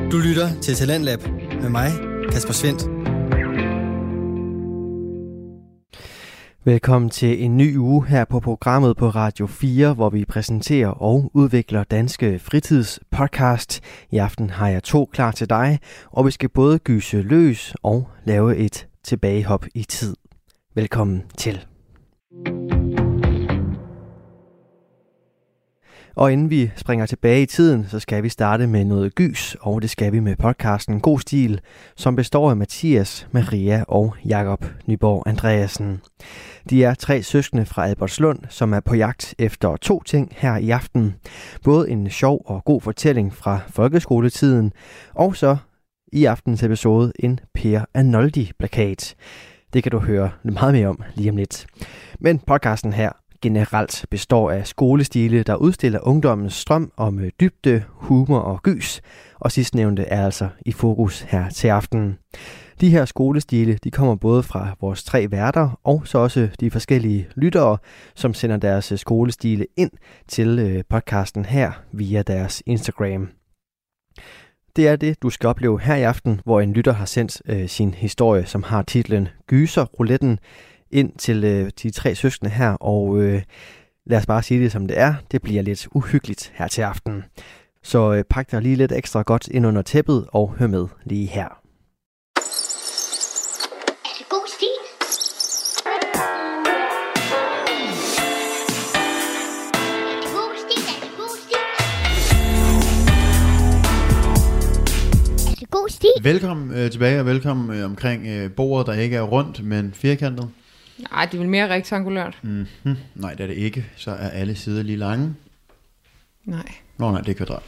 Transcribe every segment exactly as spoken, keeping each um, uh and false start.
Du lytter til Talentlab med mig, Kasper Svendt. Velkommen til en ny uge her på programmet på Radio fire, hvor vi præsenterer og udvikler danske fritidspodcast. I aften har jeg to klar til dig, og vi skal både gyse løs og lave et tilbagehop i tid. Velkommen til. Og inden vi springer tilbage i tiden, så skal vi starte med noget gys, og det skal vi med podcasten God Stil, som består af Mathias, Maria og Jakob Nyborg Andreasen. De er tre søskende fra Albertslund, som er på jagt efter to ting her i aften. Både en sjov og god fortælling fra folkeskoletiden, og så i aftens episode en Per Arnoldi-plakat. Det kan du høre meget mere om lige om lidt. Men podcasten her generelt består af skolestile, der udstiller ungdommens strøm om dybde, humor og gys, og sidstnævnte er altså i fokus her til aften. De her skolestile, de kommer både fra vores tre værter, og så også de forskellige lyttere, som sender deres skolestile ind til podcasten her via deres Instagram. Det er det, du skal opleve her i aften, hvor en lytter har sendt øh, sin historie, som har titlen Gyser-rouletten, ind til øh, de tre søskende her, og øh, lad os bare sige det som det er. Det bliver lidt uhyggeligt her til aften. Så øh, pak dig lige lidt ekstra godt ind under tæppet og hør med lige her. Er det god stil? Er det god stil? Er det god stil? Er det god stil? Velkommen øh, tilbage, og velkommen øh, omkring øh, bordet, der ikke er rundt, men firkantet. Nej, det er vel mere rektangulært. Mm-hmm. Nej, det er det ikke. Så er alle sider lige lange. Nej. Nå nej, det er kvadrat.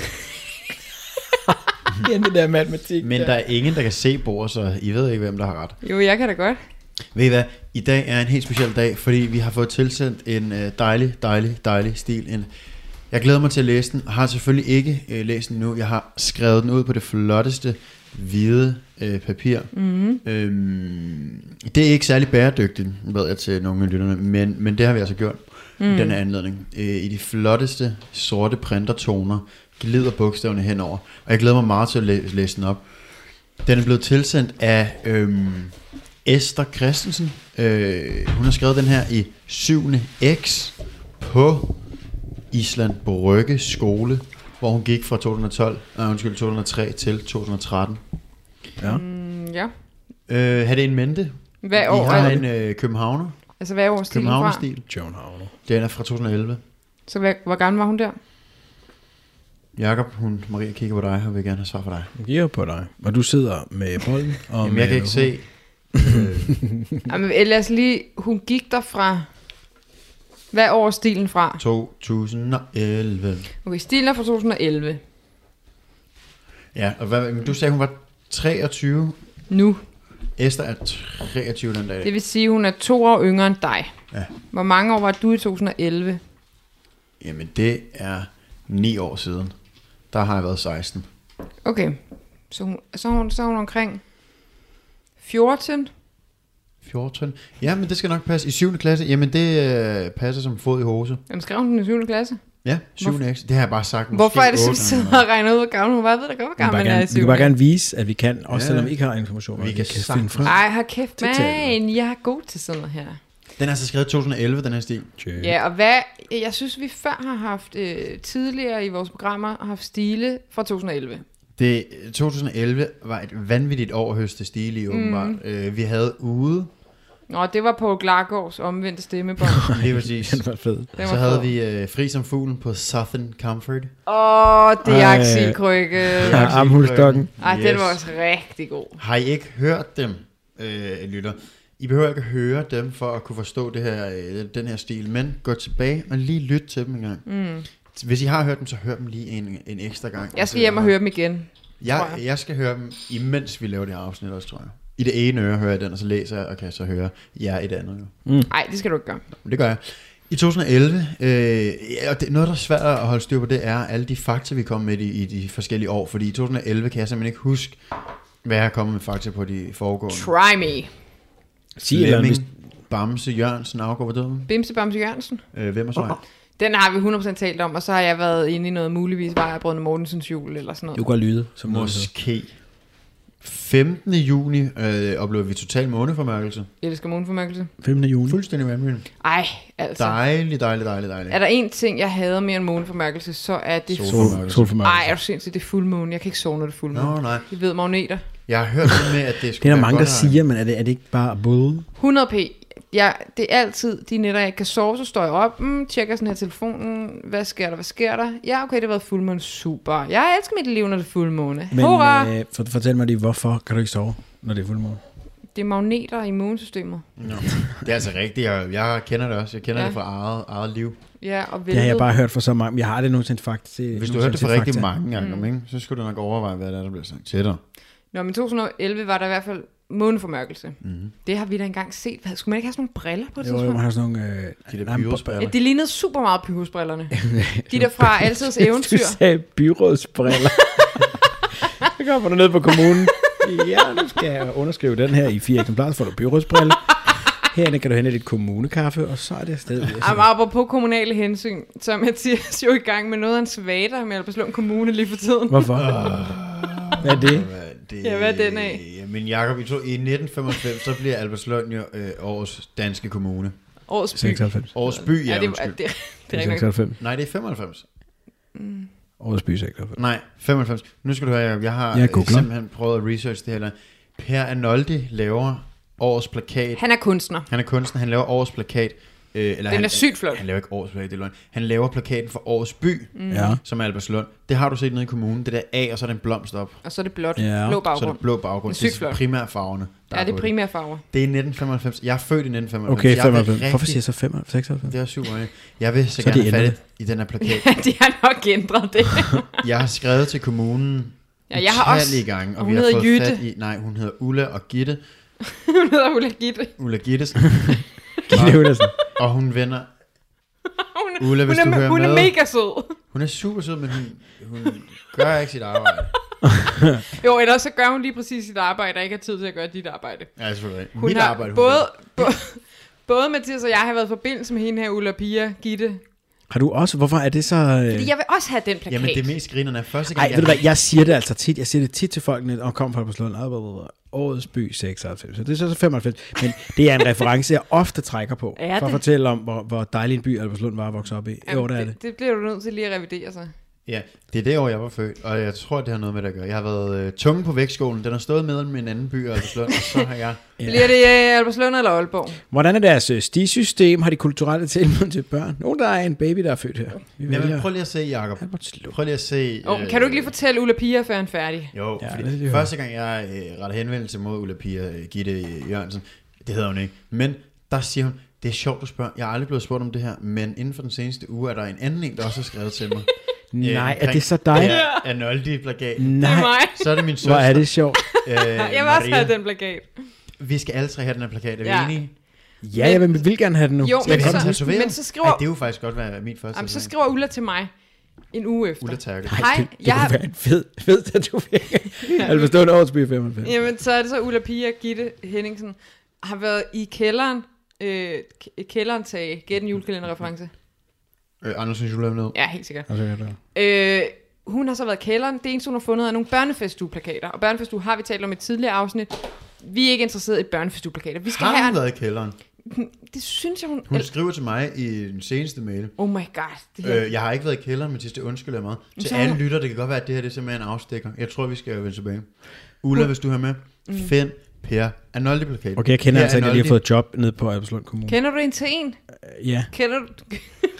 Igen det der matematik. Men der er ingen, der kan se bordet, så I ved ikke, hvem der har ret. Jo, jeg kan da godt. Ved I hvad? I dag er en helt speciel dag, fordi vi har fået tilsendt en øh, dejlig, dejlig, dejlig stil. En Jeg glæder mig til at læse den. Jeg har selvfølgelig ikke øh, læst den nu. Jeg har skrevet den ud på det flotteste hvide øh, papir. Mm-hmm. Øhm, det er ikke særlig bæredygtigt, ved jeg til nogle af lytterne, men, men det har vi altså gjort mm. i denne anledning. Øh, I de flotteste sorte printertoner glider bogstaverne henover. Og jeg glæder mig meget til at læ- læse den op. Den er blevet tilsendt af øhm, Esther Christensen. Øh, hun har skrevet den her i syvende X på Island Brygge skole, hvor hun gik fra to tusind og tolv, øh, undskyld, to tusind og tre til to tusind og tretten. Ja. Mm, ja. Øh, har det en mente? Hvad Vi år har er en det? øh, københavner. Altså, hvad år stilen fra? Københavner-stil. John Havner. Den er fra to tusind og elleve. Så hvad, hvor gammel var hun der? Jakob, hun, Maria kigger på dig og vil gerne have svar for dig. Jeg kigger på dig. Og du sidder med bolden. Og Jamen, med jeg kan ikke se. Jamen, lad os lige... Hun gik der fra... Hvad år er stilen fra? to tusind og elleve. Okay, stilen er fra to tusind og elleve. Ja, og hvad, men du sagde, hun var treogtyve. Nu. Esther er treogtyve den dag. Det vil sige, hun er to år yngre end dig. Ja. Hvor mange år var du i to tusind og elleve? Jamen, det er ni år siden. Der har jeg været seksten. Okay. Så hun, så er hun, så er hun omkring fjorten. fjorten. Ja, men det skal nok passe. I syvende klasse, jamen det øh, passer som fod i hose. Jamen, skrev hun den i syvende klasse? Ja, syvende X. Det har jeg bare sagt. Hvorfor er det, som otte sidder gange. og regner ud, hvor gammel hun var? Jeg ved da godt, hvor Vi kan, gammel bare man er i gerne, vi kan syvende. bare gerne vise, at vi kan, også Ja. selvom vi ikke har information. Vi Vi kan kan, kan sagtens. finde frem. Ej, har kæft, Til talen. man. Jeg er god til sådan noget her. Den er så skrevet to tusind og elleve, den her stil. Tjø. Ja, og hvad... Jeg synes, vi før har haft... Øh, tidligere i vores programmer har haft stile fra to tusind og elleve. Det, to tusind og elleve var et vanvittigt år at høste stil i, åbenbart. Mm. Øh, vi havde ude, Nå, det var på Glargaards omvendte stemmebånd. lige præcis. Den var fed. Den var Så havde fed. vi øh, Fri som fuglen på Southern Comfort. Åh, det er Ej. Axel-krykke. Ja, armhulstokken. Ej, den var også rigtig god. Har I ikke hørt dem, øh, lytter? I behøver ikke at høre dem for at kunne forstå det her, øh, den her stil, men gå tilbage og lige lyt til dem en gang. Mm. Hvis I har hørt dem, så hør dem lige en, en ekstra gang. Jeg skal hjem og høre dem igen. Jeg, tror jeg. jeg skal høre dem, imens vi laver det her afsnit også, tror jeg. I det ene øre hører jeg den, og så læser jeg, og kan så høre jer i det andet. Jo. Nej, det skal du ikke gøre. Men det gør jeg. I to tusind og elleve, øh, og det, noget der er svært at holde styr på, det er alle de fakta, vi kom med i, i de forskellige år. Fordi i to tusind og elleve kan jeg simpelthen ikke huske, hvad jeg har kommet med fakta på de foregående. Try me. Sig eller Flemming, hvis... Bamse, Jørgensen, afgår ved døden. Bimse Bamse Jørgensen. Øh, hvem er så? Den har vi hundrede procent talt om, og så har jeg været inde i noget muligvis var jeg Brødrene Mortensens jul eller sådan noget. Du går lyde, som Måske. femtende juni øh, oplever vi total måneformørkelse. Jeg elsker måneformørkelse. femtende juni. Fuldstændig vanvittigt. Ej, altså. Dejligt, dejligt, dejligt, dejligt. Er der en ting, jeg hader mere end måneformørkelse, så er det... Solformørkelse. Sol, solformørkelse. Ej, er du sindssygt, det er fuldmåne. Jeg kan ikke sove, når det er fuldmåne. Nå, nej. Jeg ved magneter. Jeg har hørt det med, at det Det skulle er der være mange, der godt at- siger, men er det, er det ikke bare bull? hundrede p. Ja, det er altid de nætter, jeg ikke kan sove, så står jeg op, mm, tjekker sådan her telefonen, hvad sker der, hvad sker der? Ja, okay, det har været fuldmåne, super. Jeg elsker mit liv, når det er fuldmåne. Men Hurra! øh, for, fortæl mig lige, hvorfor kan du ikke sove, når det er fuldmåne? Det er magneter i immunsystemet. Nå, det er altså rigtigt. Jeg, jeg kender det også. Jeg kender Ja. ja. det fra eget, eget liv. Ja, og Det har jeg væltet. bare hørt for så mange. Jeg har det nogensinde faktisk. Hvis du har hørt det for rigtig mange gange, mm. ikke, så skulle du nok overveje, hvad det er, der bliver sagt til dig. Nå, men i to tusind og elleve var der i hvert fald måneformørkelse. Mm. Det har vi da engang set. Hvad, skulle man ikke have sådan nogle briller på et Jo, tidspunkt? man har sådan nogle... Øh, De der nej, pyrusbriller. Ja, de lignede super meget Pyrrhusbrillerne. De der fra Altidets Eventyr. Du sagde byrådsbriller. Så kommer du ned på kommunen. Ja, nu skal jeg underskrive den her i fire eksemplarer, så får du byrådsbriller. Herinde kan du hente dit kommunekaffe, og så er det afsted. Jamen, apropos kommunale hensyn, så er Mathias jo i gang med noget af en svater med Albertslund Kommune lige for tiden. Hvorfor? Hvad er det? Det, Ja, hvad er den af? Ja, men Jacob, i, to, i nitten femoghalvfems, så bliver Albertslund jo øh, årets danske kommune. Årets by. seksoghalvfems. Årets by, ja, Ja, det, undskyld. det, det, det er ikke nok. seksoghalvfems. Nej, det er femoghalvfems. Årets by seksoghalvfems. Nej, femoghalvfems. Nu skal du høre, Jacob, jeg har Jeg øh, googler. simpelthen prøvet at research det her. Per Arnoldi laver årets plakat. Han er kunstner. Han er kunstner, han laver årets plakat. Øh, eller Den han, er sygt flot. Han laver ikke årets plakat, det er løgn. Han laver plakaten for årets by, Mm. Ja. som er Albertslund. Det har du set nede i kommunen. Det der A, og så er der en blomst op. Og så er det blåt. Ja. Blå Så er det baggrund. blå baggrund. Det er sygt Det flot. er primært farverne. der Ja, det på er primære farver. Det er nitten femoghalvfems. Jeg er født i nitten femoghalvfems. Okay, Jeg vil femoghalvfems. rigtig- Hvorfor siger jeg så femoghalvfems? seksoghalvfems? Det er super. ja. Jeg vil så, Så så gerne de have ændrer fat i den her plakat. Ja, de har nok ændret det. Jeg har skrevet til kommunen Ja, jeg har også- utallige gange, og, og vi hun har hedder fået Jytte. fat i... Nej, hun hedder Ulla og Gitte. Hun hedder Ulla Gitte. Ulla Gittes. Gitte Ullersen. Og hun vender... Hun, Ulla, hvis hun, du er, hører hun er med. mega sød. Hun er super sød, men hun, hun gør ikke sit arbejde. Jo, ellers så gør hun lige præcis sit arbejde, og ikke har tid til at gøre dit arbejde. Ja, selvfølgelig. Hun Mit har arbejde, hun både, gør. både, både Mathias og jeg har været i forbindelse med hende her, Ulla Pia Gitte. Har du også? Hvorfor er det så... Øh... Fordi jeg vil også have den plakat. Jamen, det mest grinerne er første gang, Ej, ved du hvad, jeg siger det altså tit. Jeg siger det tit til folkene, og kom fra Albertslund. Årets by seksoghalvfems. Så det er så femoghalvfems. Men det er en reference, jeg ofte trækker på. Er for at det? fortælle om, hvor, hvor dejlig en by Albertslund var at vokse op i. Jo, det er det. det. Det bliver du nødt til lige at revidere sig. Ja, det er det år, jeg var født, og jeg tror, det har noget med det at gøre. Jeg har været øh, tunge på vægtskolen. Den har stået mellem en anden by og Albertslund, og så har jeg... Ja. Bliver det uh, Albertslund eller Aalborg? Hvordan er deres øh, stisystem? Har de kulturelle tilbud til børn? Nogen, der er en baby, der er født her. Vi Jamen, vælger prøv lige at se, Jacob. Albertslund. Prøv lige at se... Oh, kan du ikke lige fortælle Ulla Pia, før han er færdig? Jo, Ja, ja, det fordi vil jeg første gang, jeg øh, retter henvendelse mod Ulla Pia øh, Gitte Jørgensen, det hedder hun ikke, men der siger hun, det er sjovt, du spørger. Jeg er aldrig blevet spurgt om det her, men inden for den seneste uge er der en anden en, der også har skrevet til mig. Nej, er det så dig? Ja, Arnoldi-plakat. Det er Nej, mig. Så er det min søster. hvor er det sjovt. Øh, Jeg vil også Maria. have den plakat. Vi skal alle tre have den her plakat, er vi Ja. enige? Ja, jeg vil, vil gerne have den nu. Jo, Skal men jeg komme så- til tatoveret? men så skriver- Ej, det er jo faktisk godt være min første. Jamen, så skriver Ulla til mig en uge efter. Ulla Terkel. Nej, Hej, det, det jeg kunne har- være en fed, fed tatovering. Albertslund årets by femoghalvfems. Jamen, så er det så Ulla Pia Gitte Henningsen har været i kælderen. Øh, k- kælderen tag. Gæt en julekalenderreference. Øh, Andersens juleevne ned. Ja, helt sikkert. Og så kan der- Øh, hun har så været i kælderen. Det eneste, hun har fundet, er nogle børnefestueplakater. Og børnefestue har vi talt om i et tidligere afsnit. Vi er ikke interesseret i børnefestueplakater. Vi skal Har have... hun været i kælderen? Det synes jeg, hun... Hun skriver til mig i den seneste mail. Oh my god. Det her... Øh, jeg har ikke været i kælderen, men det undskylder jeg meget. Til så- alle lytter, det kan godt være, at det her det er simpelthen en afstikker. Jeg tror, vi skal vende tilbage. Ulla, hvis du hører med, Mm. find Per Arnoldi-plakat. Okay, jeg kender Per altså, at jeg lige har Arnoldi. fået job nede på Albertslund Kommune. Kender du en til en? Ja, Kender du...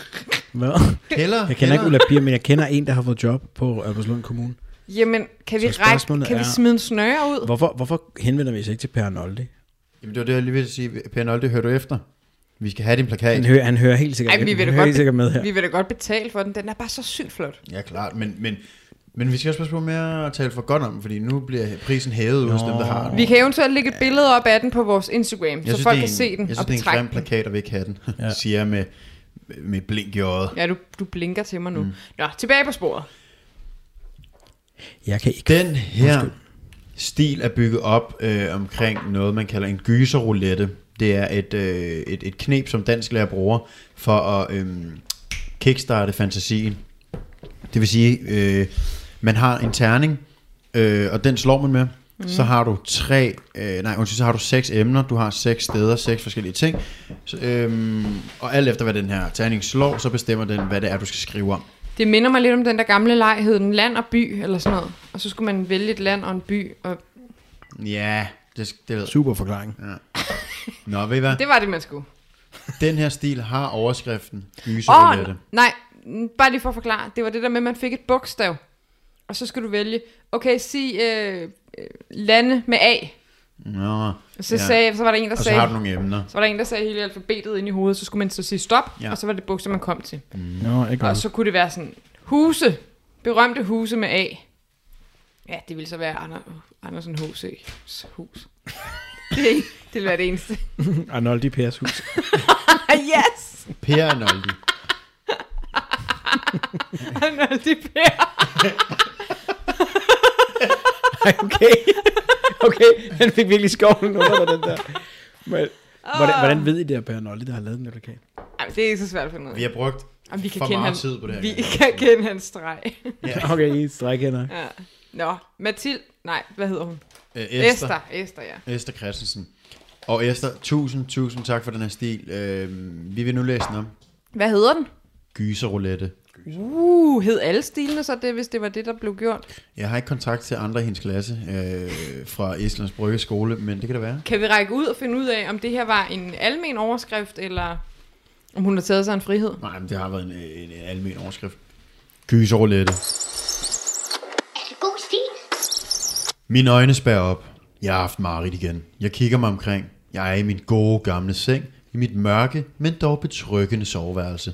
hvad? Kælder, Jeg kender ikke Ulla Pia, men jeg kender en, der har fået job på Albertslund Kommune. Jamen, kan vi Så række... spørgsmålet Kan vi er- smide en snøre ud? Hvorfor, hvorfor henvender vi sig ikke til Per Arnoldi? Jamen, det var det, jeg lige ville sige. Per Arnoldi, hører du efter? Vi skal have din plakat. Han hører, han hører helt sikkert, Ej, vi vil han da hører godt, helt sikkert med her. vi vil da godt betale for den. Den er bare så sygt flot. Ja, klart. Men, men, men vi skal også passe på med at tale for godt om, fordi nu bliver prisen hævet ud hos dem, der har den. Vi kan eventuelt lægge et billede op af den på vores Instagram, Jeg så synes, folk det er kan en, se den Jeg og synes, det er en betragte grim den. plakat og vil ikke have den, Ja. siger jeg med, med blink i øjet. Ja, du, du blinker til mig nu. Mm. Nå, tilbage på sporet. Jeg kan ikke... Den her stil er bygget op øh, omkring noget, man kalder en gyserroulette. Det er et, øh, et, et knep, som dansklærer bruger for at øh, kickstarte fantasien. Det vil sige, øh, man har en terning, øh, og den slår man med. Mm. Så har du tre, øh, nej, undskyld, så har du seks emner. Du har seks steder, seks forskellige ting. Så, øh, og alt efter hvad den her terning slår, så bestemmer den, hvad det er, du skal skrive om. Det minder mig lidt om den der gamle leg, hed den land og by, eller sådan noget. Og så skulle man vælge et land og en by. Og Ja, det, det ved Super forklaring. Ja. Nå, ved I hvad? det var det, man skulle. Den her stil har overskriften Åh, gyserroulette. nej, bare lige for at forklare. Det var det der med, at man fik et bogstav. Og så skal du vælge, okay, sig øh, øh, lande med A. Nå, Og så, ja. sagde, så var der en, der Og så sagde... har du nogle emner. Så var der en, der sagde hele alfabetet ind i hovedet, så skulle man så sige stop, Ja. og så var det bogstav, man kom til. Nå, ikke Og godt. så kunne det være sådan, huse, berømte huse med A. Ja, det ville så være Ander, Andersen H C's hus. Det, er ikke- det ville være det eneste. Arnoldi Pers hus. Yes! Per Arnoldi. Arnoldi Per. Okay. Okay, han fik virkelig skoven under den der. Men, hvordan, hvordan ved I det, at Per Arnoldi, der har lavet den der lokal? Ej, det er ikke så svært at finde ud af. Vi har brugt Jamen, vi kan for kende meget hans, tid på det her. Vi kan kende hans streg. Ja. Okay, I strækhænder. Ja. Nå, Mathilde, nej, hvad hedder hun? Øh, Esther. Esther. Esther, ja. Esther Christensen. Og Esther, tusind, tusind tak for den her stil. Øh, vi vil nu læse den om. Hvad hedder den? Gyserroulette. Uh, hed alle stilene så det, hvis det var det, der blev gjort? Jeg har ikke kontakt til andre i hendes klasse øh, fra Islands Brygge skole, men det kan det være. Kan vi række ud og finde ud af, om det her var en almen overskrift, eller om hun har taget sig en frihed? Nej, men det har været en, en, en almen overskrift. Gyserroulette. Er det god stil? Mine øjne spærrer op. Jeg har haft mareridt igen. Jeg kigger mig omkring. Jeg er i min gode gamle seng, i mit mørke, men dog betryggende soveværelse.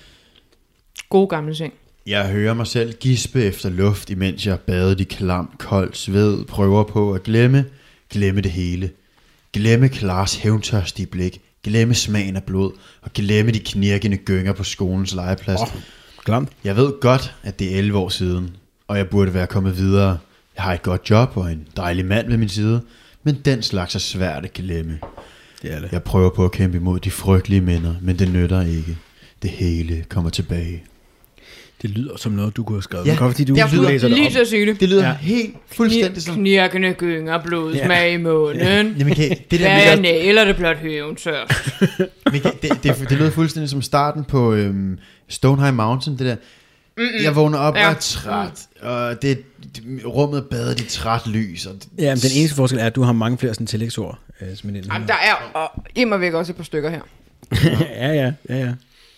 God gamle seng. Jeg hører mig selv gispe efter luft, imens jeg badet i klam, kold sved, prøver på at glemme, glemme det hele. Glemme Klars hævntørstige blik, glemme smagen af blod, og glemme de knirkende gynger på skolens legeplads. Åh, klamt. Jeg ved godt, at det er elleve år siden, og jeg burde være kommet videre. Jeg har et godt job og en dejlig mand ved min side, men den slags er svært at glemme. Det er det. Jeg prøver på at kæmpe imod de frygtelige minder, men det nytter ikke. Det hele kommer tilbage. Det lyder som noget, du kunne have skrevet. Ja. Ja. Fordi du, Jeg du lyder læser det lige op. til at sige det. Det lyder Ja. ja. helt fuldstændig som... Knirkende gynger, blodsmag Ja. i munden. Jamen, kan, det, der, Hvad er med, næler det blot hævntørst? det, det, det, det lyder fuldstændig som starten på øhm, Stonehenge Mountain, det der. Mm-mm. Jeg vågner op Ja. og er træt, og det, det, rummet er badet i træt lys. Og det, Ja, men den eneste forskel er, at du har mange flere sådan tillægsord. Øh, som en Jamen, der er og immer væk også et par stykker her. ja, ja, ja, ja.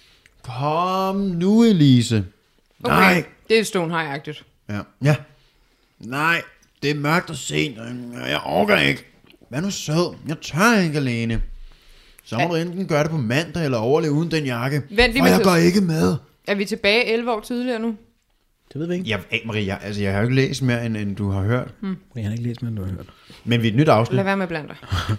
Kom nu, Elise. Okay, Nej. det er Stonehenge-agtigt. Ja. ja. Nej, det er mørkt og sent, og jeg orker ikke. Vær nu sød, jeg tør ikke alene. Så må du enten gøre det på mandag, eller overleve uden den jakke. Vent lige og jeg med går til- ikke med. Er vi tilbage elleve år tidligere nu? Det ved vi ikke. Jeg, hey, Marie, jeg, altså, jeg har jo ikke læst mere, end, end du har hørt. Hmm. Jeg har ikke læst mere, end du har hørt. Men vi er et nyt afsnit. Lad være med at blande dig.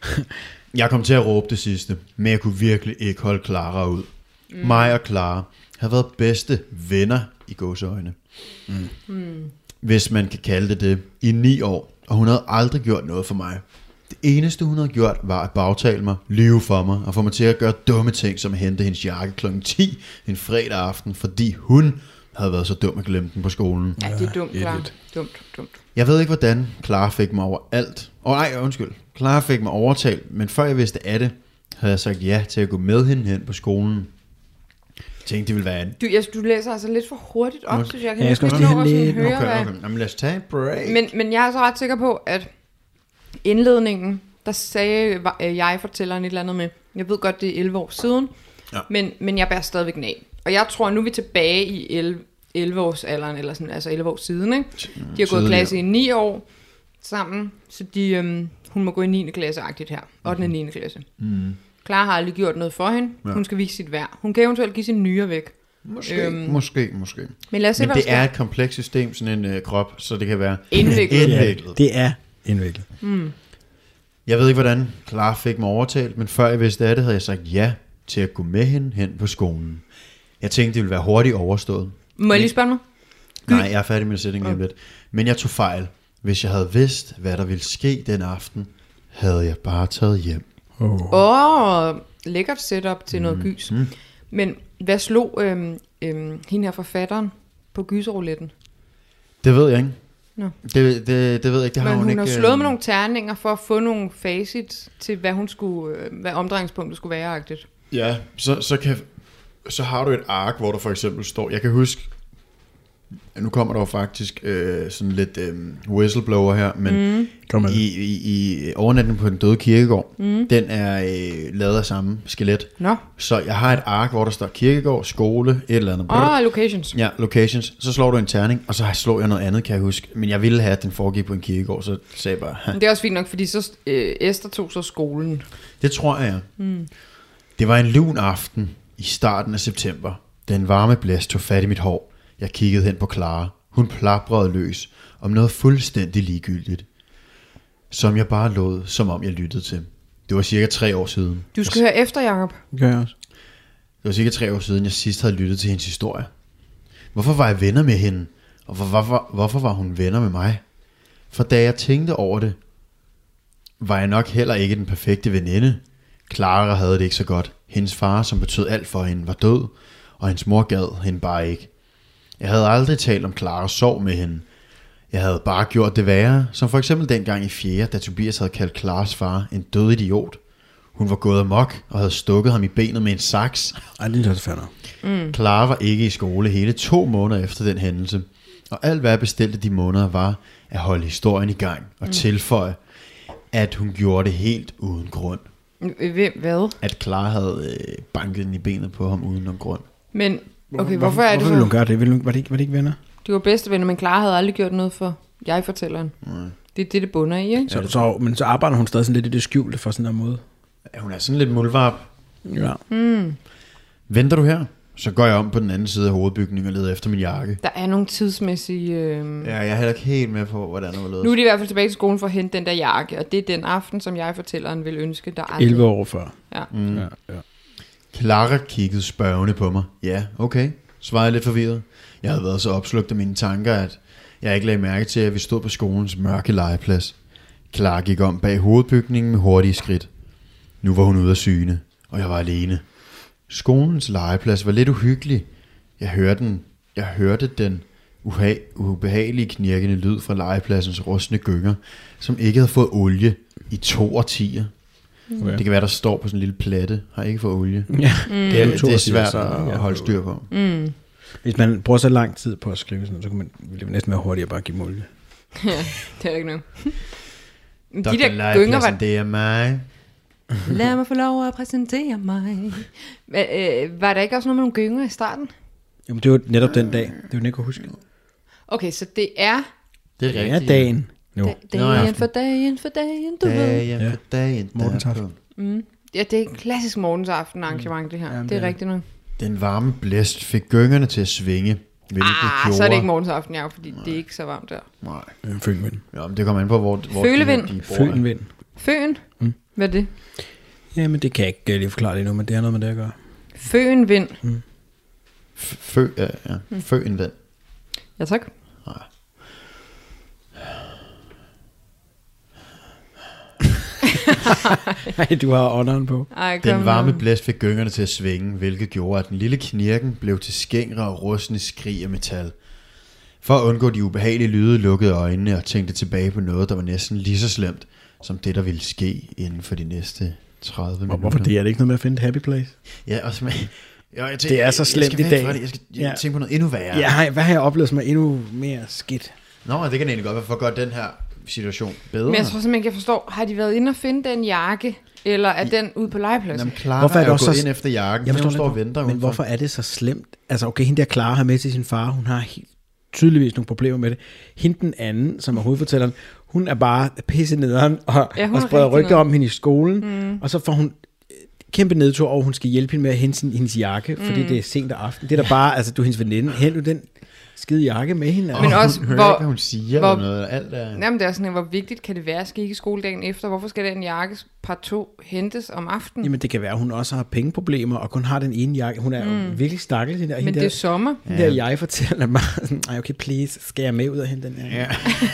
Jeg kom til at råbe det sidste, men jeg kunne virkelig ikke holde Clara ud. Mm. Mig og Clara havde været bedste venner i gåseøjne. Mm. Mm. Hvis man kan kalde det det, i ni år, og hun havde aldrig gjort noget for mig. Det eneste hun havde gjort var at bagtale mig, lyve for mig og få mig til at gøre dumme ting, som at hente hendes jakke klokken ti en fredag aften, fordi hun havde været så dum at glemme den på skolen. Ja, det er dumt, Ja, klar. lidt. Dumt, dumt. Jeg ved ikke, hvordan Clara fik mig over alt. Åh oh, nej, undskyld. Clara fik mig overtalt, men før jeg vidste af det, havde jeg sagt ja til at gå med hende hen på skolen. Jeg tænkte, det ville være en... Du, jeg, du læser altså lidt for hurtigt op, Okay. synes jeg. Ja, jeg skal næsten også ikke lige nå have at sådan lidt- høre, Okay, hvad- okay. Jamen, lad os tage et break. Men, men jeg er så ret sikker på, at indledningen, der sagde øh, jeg fortælleren et eller andet med, jeg ved godt, det er elleve år siden, Ja. men, men jeg bærer stadigvæk af. Og jeg tror, nu er vi tilbage i elleve års alderen, eller sådan, altså elleve år siden, ikke? De har gået i Tidligere. klasse i ni år sammen, så de, øhm, hun må gå i niende klasse-agtigt her. ottende og niende klasse. Mm. Clara har aldrig gjort noget for hende. Ja. Hun skal vise sit værd. Hun kan eventuelt give sin nyre væk. Måske, Øhm, måske, måske. Men lad os se, Men hvad det der er sker. et komplekst system, sådan en øh, krop, så det kan være Indviklet. indviklet. Det er indviklet. Jeg ved ikke, hvordan Clara fik mig overtalt, men før jeg vidste af det, havde jeg sagt ja til at gå med hende hen på skolen. Jeg tænkte, det ville være hurtigt overstået. Må jeg lige spørge mig? Nej, jeg er færdig med sætningen lige om lidt. Men jeg tog fejl. Hvis jeg havde vidst, hvad der ville ske den aften, havde jeg bare taget hjem. Oh. Åh, oh, lækkert setup til noget gys. Mm. Men Hvad slog øhm, øhm, hende her forfatteren på gyserrouletten? Det ved jeg ikke. Nå. Det, det, det ved jeg ikke. Det har Men hun, hun ikke. har slået øh, med nogle terninger for at få nogle facit til, hvad hun skulle, øh, hvad omdrejningspunktet skulle være-agtigt. Ja, så, så, kan, så har du et ark, hvor der for eksempel står, jeg kan huske, nu kommer der jo faktisk øh, sådan lidt øh, whistleblower her, men mm. i, i, i overnatningen på den døde kirkegård, mm. den er øh, lavet af samme skelet. Nå. Så jeg har et ark, hvor der står kirkegård, skole, et eller andet. Åh, oh, locations. Ja, locations. Så slår du en terning, og så slår jeg noget andet, kan jeg huske. Men jeg ville have, at den foregik på en kirkegård, så sagde jeg bare... Det er også fint nok, fordi så øh, Esther tog så skolen. Det tror jeg, ja. Mm. Det var en lun aften i starten af september. Den varme blæst tog fat i mit hår. Jeg kiggede hen på Clara. Hun plaprede løs om noget fuldstændig ligegyldigt. Som jeg bare lod, som om jeg lyttede til. Det var cirka tre år siden. Du skal jeg... høre efter, Jacob. Det gør jeg også. Det var cirka tre år siden, jeg sidst havde lyttet til hendes historie. Hvorfor var jeg venner med hende? Og hvor, hvorfor, hvorfor var hun venner med mig? For da jeg tænkte over det, var jeg nok heller ikke den perfekte veninde. Clara havde det ikke så godt. Hendes far, som betød alt for hende, var død, og hendes mor gad hende bare ikke. Jeg havde aldrig talt om Claras sorg med hende. Jeg havde bare gjort det værre, som for eksempel dengang i fjerde, da Tobias havde kaldt Claras far en død idiot. Hun var gået amok og havde stukket ham i benet med en saks. Ej, det er også fandme. Mm. Clara var ikke i skole hele to måneder efter den hændelse. Og alt hvad jeg bestilte de måneder var at holde historien i gang og mm. tilføje, at hun gjorde det helt uden grund. Hvem, hvad? At Clara havde øh, banket den i benet på ham uden nogen grund. Men, okay, hvorfor, hvorfor er det hvorfor så? ville hun gøre det? Ville hun, var, det ikke, var det ikke venner? De var bedste venner, men Clara havde aldrig gjort noget for jeg-fortælleren. Mm. Det er det, det bunder i, ikke? Så, så, men så arbejder hun stadig sådan lidt i det skjulte for sådan en måde. Ja, hun er sådan lidt muldvarp. Ja. Mm. Venter du her? Så går jeg om på den anden side af hovedbygningen og leder efter min jakke. Der er nogle tidsmæssige... Øh... Ja, jeg er heller ikke helt med på, hvordan det var ledet. Nu er de i hvert fald tilbage til skolen for at hente den der jakke, og det er den aften, som jeg-fortælleren vil ønske, der aldrig... elleve år før. Ja. Mm. Ja, ja. Clara kiggede spørgende på mig. Ja, okay, svarede jeg lidt forvirret. Jeg havde været så opslugt af mine tanker, at jeg ikke lagde mærke til, at vi stod på skolens mørke legeplads. Clara gik om bag hovedbygningen med hurtige skridt. Nu var hun ude af syne, og jeg var alene. Skolens legeplads var lidt uhyggelig. Jeg hørte den, jeg hørte den uha- ubehagelige knirkende lyd fra legepladsens rustne gynger, som ikke havde fået olie i to årtier. Okay. Det kan være, der står på sådan en lille platte, har ikke fået olie. Ja, mm. det, er, det er svært at holde styr på. Mm. Hvis man bruger så lang tid på at skrive sådan noget, så kan man, ville det næsten være hurtigt at bare give olie. Ja, det er ikke noget. De doktor der gynger var... det er mig. Lad mig få lov at præsentere mig. Øh, var der ikke også noget med nogle gynger i starten? Jamen, det var netop den dag. Det var den, jeg kunne huske. Okay, så det er... Det er rigtigt. Det er dagen. Jo. Da, dagen for dagen for dagen, du ved. Dagen for dagen. Mortens aften. Mm. Ja, det er et klassisk Mortens aften arrangement, det her. Jamen, det er det er. rigtigt nu. Den varme blæst fik gyngerne til at svinge, hvilket Ah, gjorde... så er det ikke Mortens aften, ja, fordi Nej. det er ikke så varmt der. Nej. Ja, Fønvind. Ja, men det kommer an på, hvor... hvor Følevind. De, de bor. Fønvind. Føen? Mm. Hvad er det? Jamen, det kan jeg ikke lige forklare lige nu, men det har noget med det at gøre. Føenvind. Mm. Fø, ja, ja. Mm. Føenvind. Ja, tak. Nej. Nej, du har ånderen på. Ej, den varme blæst fik gyngerne til at svinge, hvilket gjorde, at den lille knirken blev til skængre og rustne skrig af metal. For at undgå de ubehagelige lyde, lukkede øjnene og tænkte tilbage på noget, der var næsten lige så slemt, som det, der ville ske inden for de næste tredive minutter. Hvorfor det? Er det ikke noget med at finde et happy place? Ja, også med... Jo, jeg tænker, det er så slemt i dag. Jeg skal ja. tænke på noget endnu værre. Ja, hvad har jeg oplevet som er endnu mere skidt? Nå, det kan egentlig godt være for at gøre den her situation bedre. Men jeg tror simpelthen ikke, jeg forstår. Har de været inde og finde den jakke? Eller er den ude på legepladsen? Jamen, Clara hvorfor er, er jo gået så... ind efter jakken, jeg hun står og venter. Men udenfor. Hvorfor er det så slemt? Altså, okay, hende der Clara har med til sin far. Hun har helt tydeligvis nogle problemer med det. Hende den anden, som er hovedfortælleren, hun er bare pisse nederen og, ja, og spreder rygter om hende i skolen. Mm. Og så får hun kæmpe nedtur over, hun skal hjælpe hende med at hente sin, hendes jakke, mm. fordi det er sent af aften. Det er da bare, altså du er hendes veninde. Hent du den skide jakke med hende. Men også, hun hvor, ikke, hun siger hvor, eller noget. Alt er... Jamen, det er sådan, hvor vigtigt kan det være at skal ikke i skoledagen efter? Hvorfor skal den jakke par to hentes om aftenen? Jamen, det kan være, at hun også har pengeproblemer, og kun har den ene jakke. Hun er mm. jo virkelig stakkels. Men det der, er sommer. Den der ja. jeg fortæller mig, ej, okay, please, skal jeg med ud og hente den her? Ja.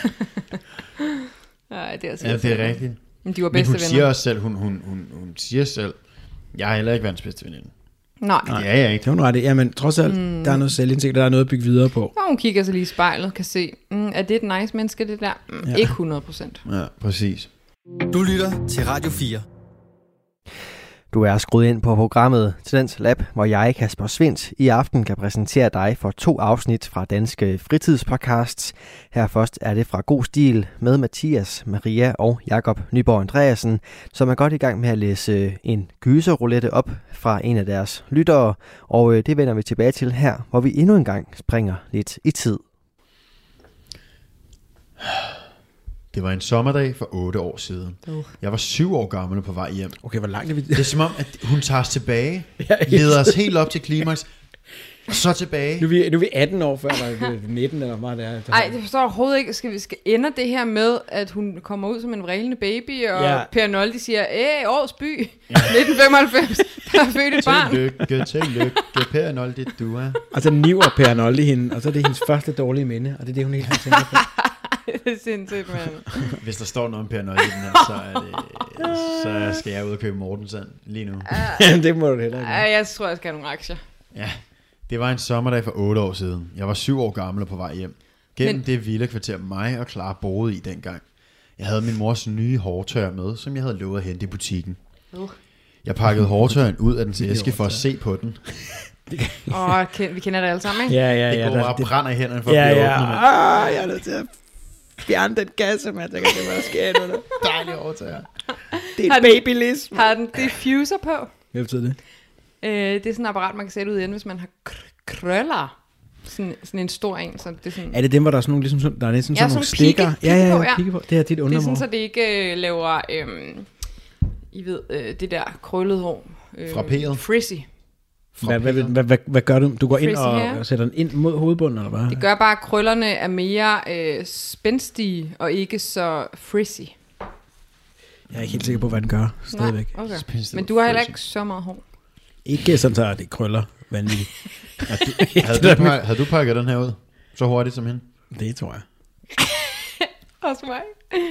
Nej, det er altså ja, det er rigtigt. Men de var bedste venner. Men hun siger også selv, hun, hun, hun, hun siger selv, jeg er heller ikke verdens bedste veninde. Nej. Det er jeg ikke. Det er hun ret i. Jamen, trods alt, mm. der er noget selvindsigt, der er noget at bygge videre på. Og hun kigger sig lige i spejlet, kan se, mm, er det et nice menneske, det der? Mm, ja. Ikke hundrede procent. Ja, præcis. Du lytter til Radio fire. Du er skruet ind på programmet Talents Lab, hvor jeg, Kasper Svindt, i aften kan præsentere dig for to afsnit fra Danske Fritidspodcasts. Her først er det fra God Stil med Mathias, Maria og Jakob Nyborg Andreasen, som er godt i gang med at læse en gyserroulette op fra en af deres lyttere. Og det vender vi tilbage til her, hvor vi endnu en gang springer lidt i tid. Det var en sommerdag for otte år siden. Uh. Jeg var syv år gammel på vej hjem. Okay, hvor langt er vi? Det er som om, at hun tager os tilbage, leder os helt op til klimaks, og så tilbage. Nu er vi, nu er vi atten år før, var nitten eller hvad det er. Nej, det forstår jeg overhovedet ikke. Skal vi skal ende det her med, at hun kommer ud som en vrælende baby, og ja. Per Noldi siger, æh, årets by, ja. nitten femoghalvfems, der er født et barn. Tillykke, tillykke, Per Noldi, du er. Og så niver Per Noldi hende, og så er det hendes første dårlige minde, og det er det, hun helt har tænkt på. Det er sindssygt, mand. Hvis der står noget om Per Noldi i den her, så, er det, så skal jeg ud og købe Mortensand lige nu. Uh, det må du heller ikke. Uh, jeg tror, jeg skal have nogle aktier. Ja, det var en sommerdag for otte år siden. Jeg var syv år gammel og på vej hjem. Gennem Men... det vilde kvarter, mig og Clara boede i dengang. Jeg havde min mors nye hårtør med, som jeg havde lovet at hente i butikken. Uh. Jeg pakkede hårtøren ud af dens æske for at se på den. Åh, oh, vi kender det alle sammen, ikke? Ja, ja, det ja. går bare og brænder i hænderne for ja, at blive ja. åbnet. Ah, jeg er nødt til at fjerne den kasse, man. Jeg kan det bare ske nu. Dejlig hårtør. Det er en babylism. Har den diffuser på? Hvad betyder det? Øh, det er sådan et apparat, man kan sætte ud igen, hvis man har krøller. Sådan, sådan en stor en. Så det er, sådan... er det dem, hvor der er sådan nogle, ligesom, der er næsten ja, sådan nogle sådan stikker? Pigge, ja, ja, ja, ja, pigge på. Det er dit undermor. Det er sådan, så det ikke øh, laver, øh, I ved, øh, det der krøllede hår. Øh, Frapperet. Frizzy. Hvad, hvad, hvad, hvad, hvad gør du? Du går ind og, hair. og sætter den ind mod hovedbunden, eller hvad? Det gør bare, at krøllerne er mere øh, spændstige, og ikke så frizzy. Jeg er ikke helt sikker på, hvad den gør, stadigvæk. Nej, okay. Men du har heller ikke så meget hår. Ikke sådan, så det krøller vanvittigt. havde, du, havde du pakket den her ud så hurtigt som hende? Det tror jeg. Også mig.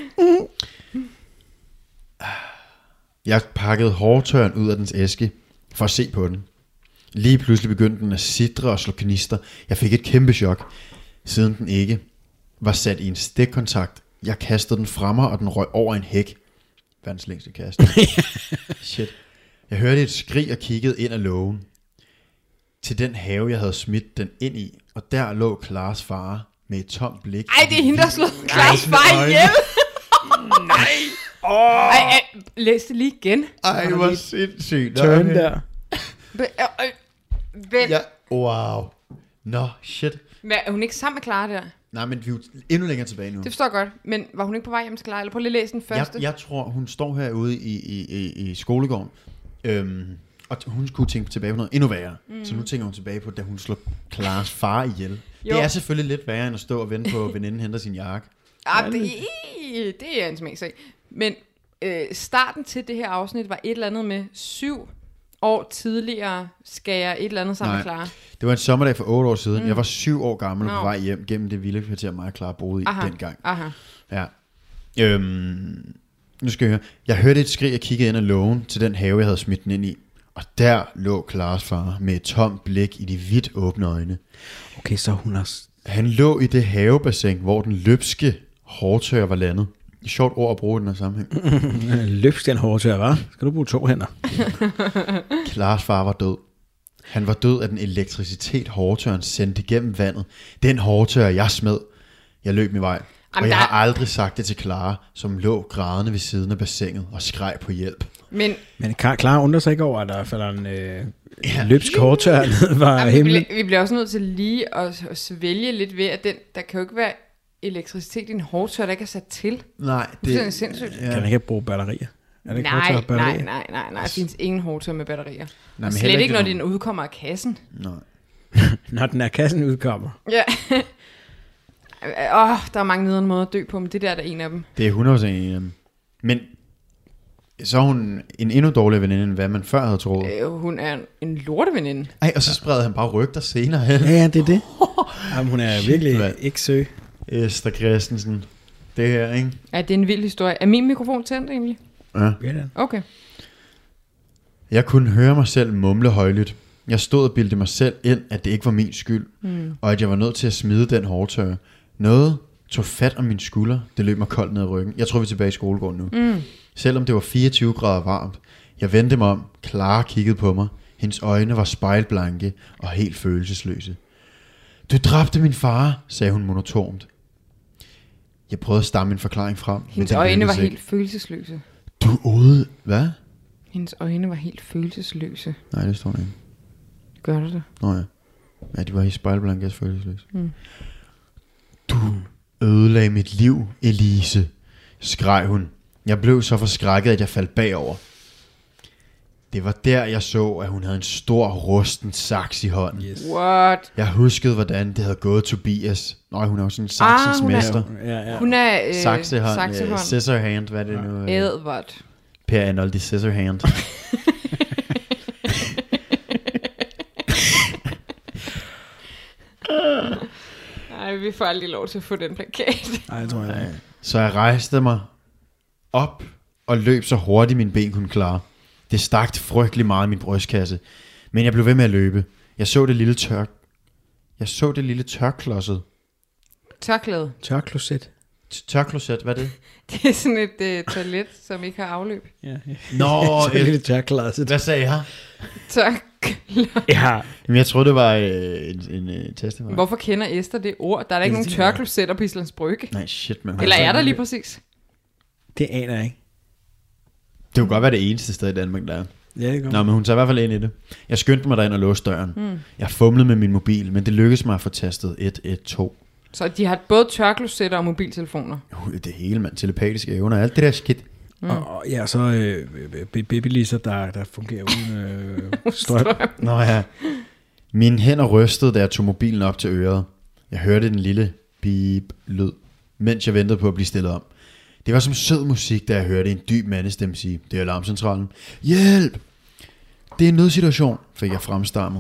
Jeg pakkede hårtøren ud af dens æske for at se på den. Lige pludselig begyndte den at sidre og slå knister. Jeg fik et kæmpe chok, siden den ikke var sat i en stikkontakt. Jeg kastede den fra mig, og den røg over en hæk. Verdens længste kast. Shit. Jeg hørte et skrig og kiggede ind ad lågen til den have, jeg havde smidt den ind i. Og der lå Claras far med et tomt blik. Ej, det er hende, der slog Claras far ihjel. Nej. Oh. Ej, ej, læs det lige igen. Ej, hvor sindssygt. Turn der. Vent. Ja, wow. Nå, no, shit. Men er hun ikke sammen med Clara der? Nej, men vi er jo endnu længere tilbage nu. Det forstår jeg godt. Men var hun ikke på vej hjem til Clara? Eller prøv lige at læse den første. Jeg, jeg tror, hun står herude i, i, i, i skolegården. Øhm, og hun skulle tænke tilbage på noget endnu værre. Mm. Så nu tænker hun tilbage på, da hun slog Claras far ihjel. Jo. Det er selvfølgelig lidt værre, end at stå og vente på, at veninden henter sin jakke. Ah, det, det er en smagsag. Men øh, starten til det her afsnit var et eller andet med syv år tidligere skal jeg et eller andet sammen med Clara. Det var en sommerdag for otte år siden. Mm. Jeg var syv år gammel og på vej hjem gennem det vilde kvarter, mig og Clara boede i aha, dengang. Aha. Ja. Øhm, nu skal jeg høre. Jeg hørte et skrig og kiggede ind ad lågen til den have, jeg havde smidt den ind i. Og der lå Claras far med et tomt blik i de vidt åbne øjne. Okay, så hun har... Han lå i det havebassin, hvor den løbske hårtør var landet. Et sjovt ord at bruge i den her sammenhæng. Løbske en hårtør, hva'? Skal du bruge to hænder? Claras far var død. Han var død af den elektricitet, hårtøren sendte igennem vandet. Den hårtør, jeg smed. Jeg løb min vej. Jamen, og jeg der... har aldrig sagt det til Clara, som lå grædende ved siden af bassinet og skreg på hjælp. Men, Men Clara undrer sig ikke over, at der falder en øh, ja. løbsk hårtør ned var jamen, himlen. Vi, vi bliver også nødt til lige at, at svælge lidt ved, at den, der kan jo ikke være elektricitet i en hårtør, der ikke er sat til. Nej, det, det er sindssygt. Ja. Kan man ikke bruge batterier? Er det ikke nej, hårtør, batterier? nej, nej, nej, nej. Der findes ingen hårtør med batterier. Nej, slet ikke, ikke, når den udkommer af kassen. Nej. Når den af kassen udkommer. Ja. Åh, oh, der er mange nederen måder at dø på, men det der er der en af dem. Det er hundrede procent en af dem. Men så er hun en endnu dårligere veninde, end hvad man før havde troet. Øh, hun er en lorteveninde. Ej, og så spredte han bare rygter senere hen. Ja, ja, det er det. Jamen, hun er virkelig ikke søg. Esther Christensen. Det her, ikke? Ja, det er en vild historie. Er min mikrofon tændt egentlig? Ja. Okay. Jeg kunne høre mig selv mumle højlydt. Jeg stod og bildte mig selv ind, at det ikke var min skyld, mm. og at jeg var nødt til at smide den hårtørre. Noget tog fat om min skulder. Det løb mig koldt ned ad ryggen. Jeg tror, vi er tilbage i skolegården nu. Mm. Selvom det var fireogtyve grader varmt. Jeg vendte mig om. Clara kiggede på mig. Hendes øjne var spejlblanke og helt følelsesløse. Du dræbte min far, sagde hun monotont. Jeg prøvede at stamme en forklaring frem. Hendes øjne var ikke. helt følelsesløse. Du ude... Hvad? Hendes øjne var helt følelsesløse. Nej, det står der ikke. Gør du det? Nå ja. Ja, de var helt spejlblanke og følelsesløse. Mm. Du ødelagde mit liv, Elise, skreg hun. Jeg blev så forskrækket, at jeg faldt bagover. Det var der, jeg så, at hun havde en stor, rusten saks i hånden. Yes. What? Jeg huskede, hvordan det havde gået Tobias. Nå, hun er jo sådan en saksens ah, mester. Ja, ja. Hun er... Øh, Saksehånd, saksehånd. Uh, scissor hand, hvad er det ja. nu? Edvard. Per Arnoldi scissor hand. Nej, vi får aldrig lov til at få den plakat. Nej, jeg tror jeg ikke. Så jeg rejste mig op og løb så hurtigt mine ben kunne klare. Det stak frygtelig meget i min brystkasse. Men jeg blev ved med at løbe. Jeg så det lille tør... Jeg så det lille tørklodset. Tørklæde. Tørkloset. Tørkloset, hvad er det? Det er sådan et uh, toilet, som ikke har afløb. Ja, ja. Nå, et lille tørkloset. Hvad sagde jeg? Tørklæde. Ja. Jamen, jeg troede, det var øh, en, en øh, testevej. Hvorfor kender Esther det ord? Der er da ikke nogen tørklosetter på Islands Brygge. Nej, shit, man. Eller er der lige præcis? Det aner jeg ikke. Det kunne godt være det eneste sted i Danmark, der er. Ja, det går. Nå, men hun tager i hvert fald ind i det. Jeg skyndte mig derind og låste døren. Mm. Jeg fumlede med min mobil, men det lykkedes mig at få tastet et et to. Så de har både tørklosetter og mobiltelefoner? Jo, det hele, mand. Telepatiske evner. Alt det der skidt. Mm. Og, og ja, så øh, babylisser, der, der fungerer uden øh, strøm. Nå ja. Mine hænder rystede, da jeg tog mobilen op til øret. Jeg hørte den lille beep-lyd, mens jeg ventede på at blive stillet om. Det var som sød musik, da jeg hørte en dyb mandestemme sige, det er alarmcentralen. Hjælp! Det er en nødsituation, fik jeg fremstammet.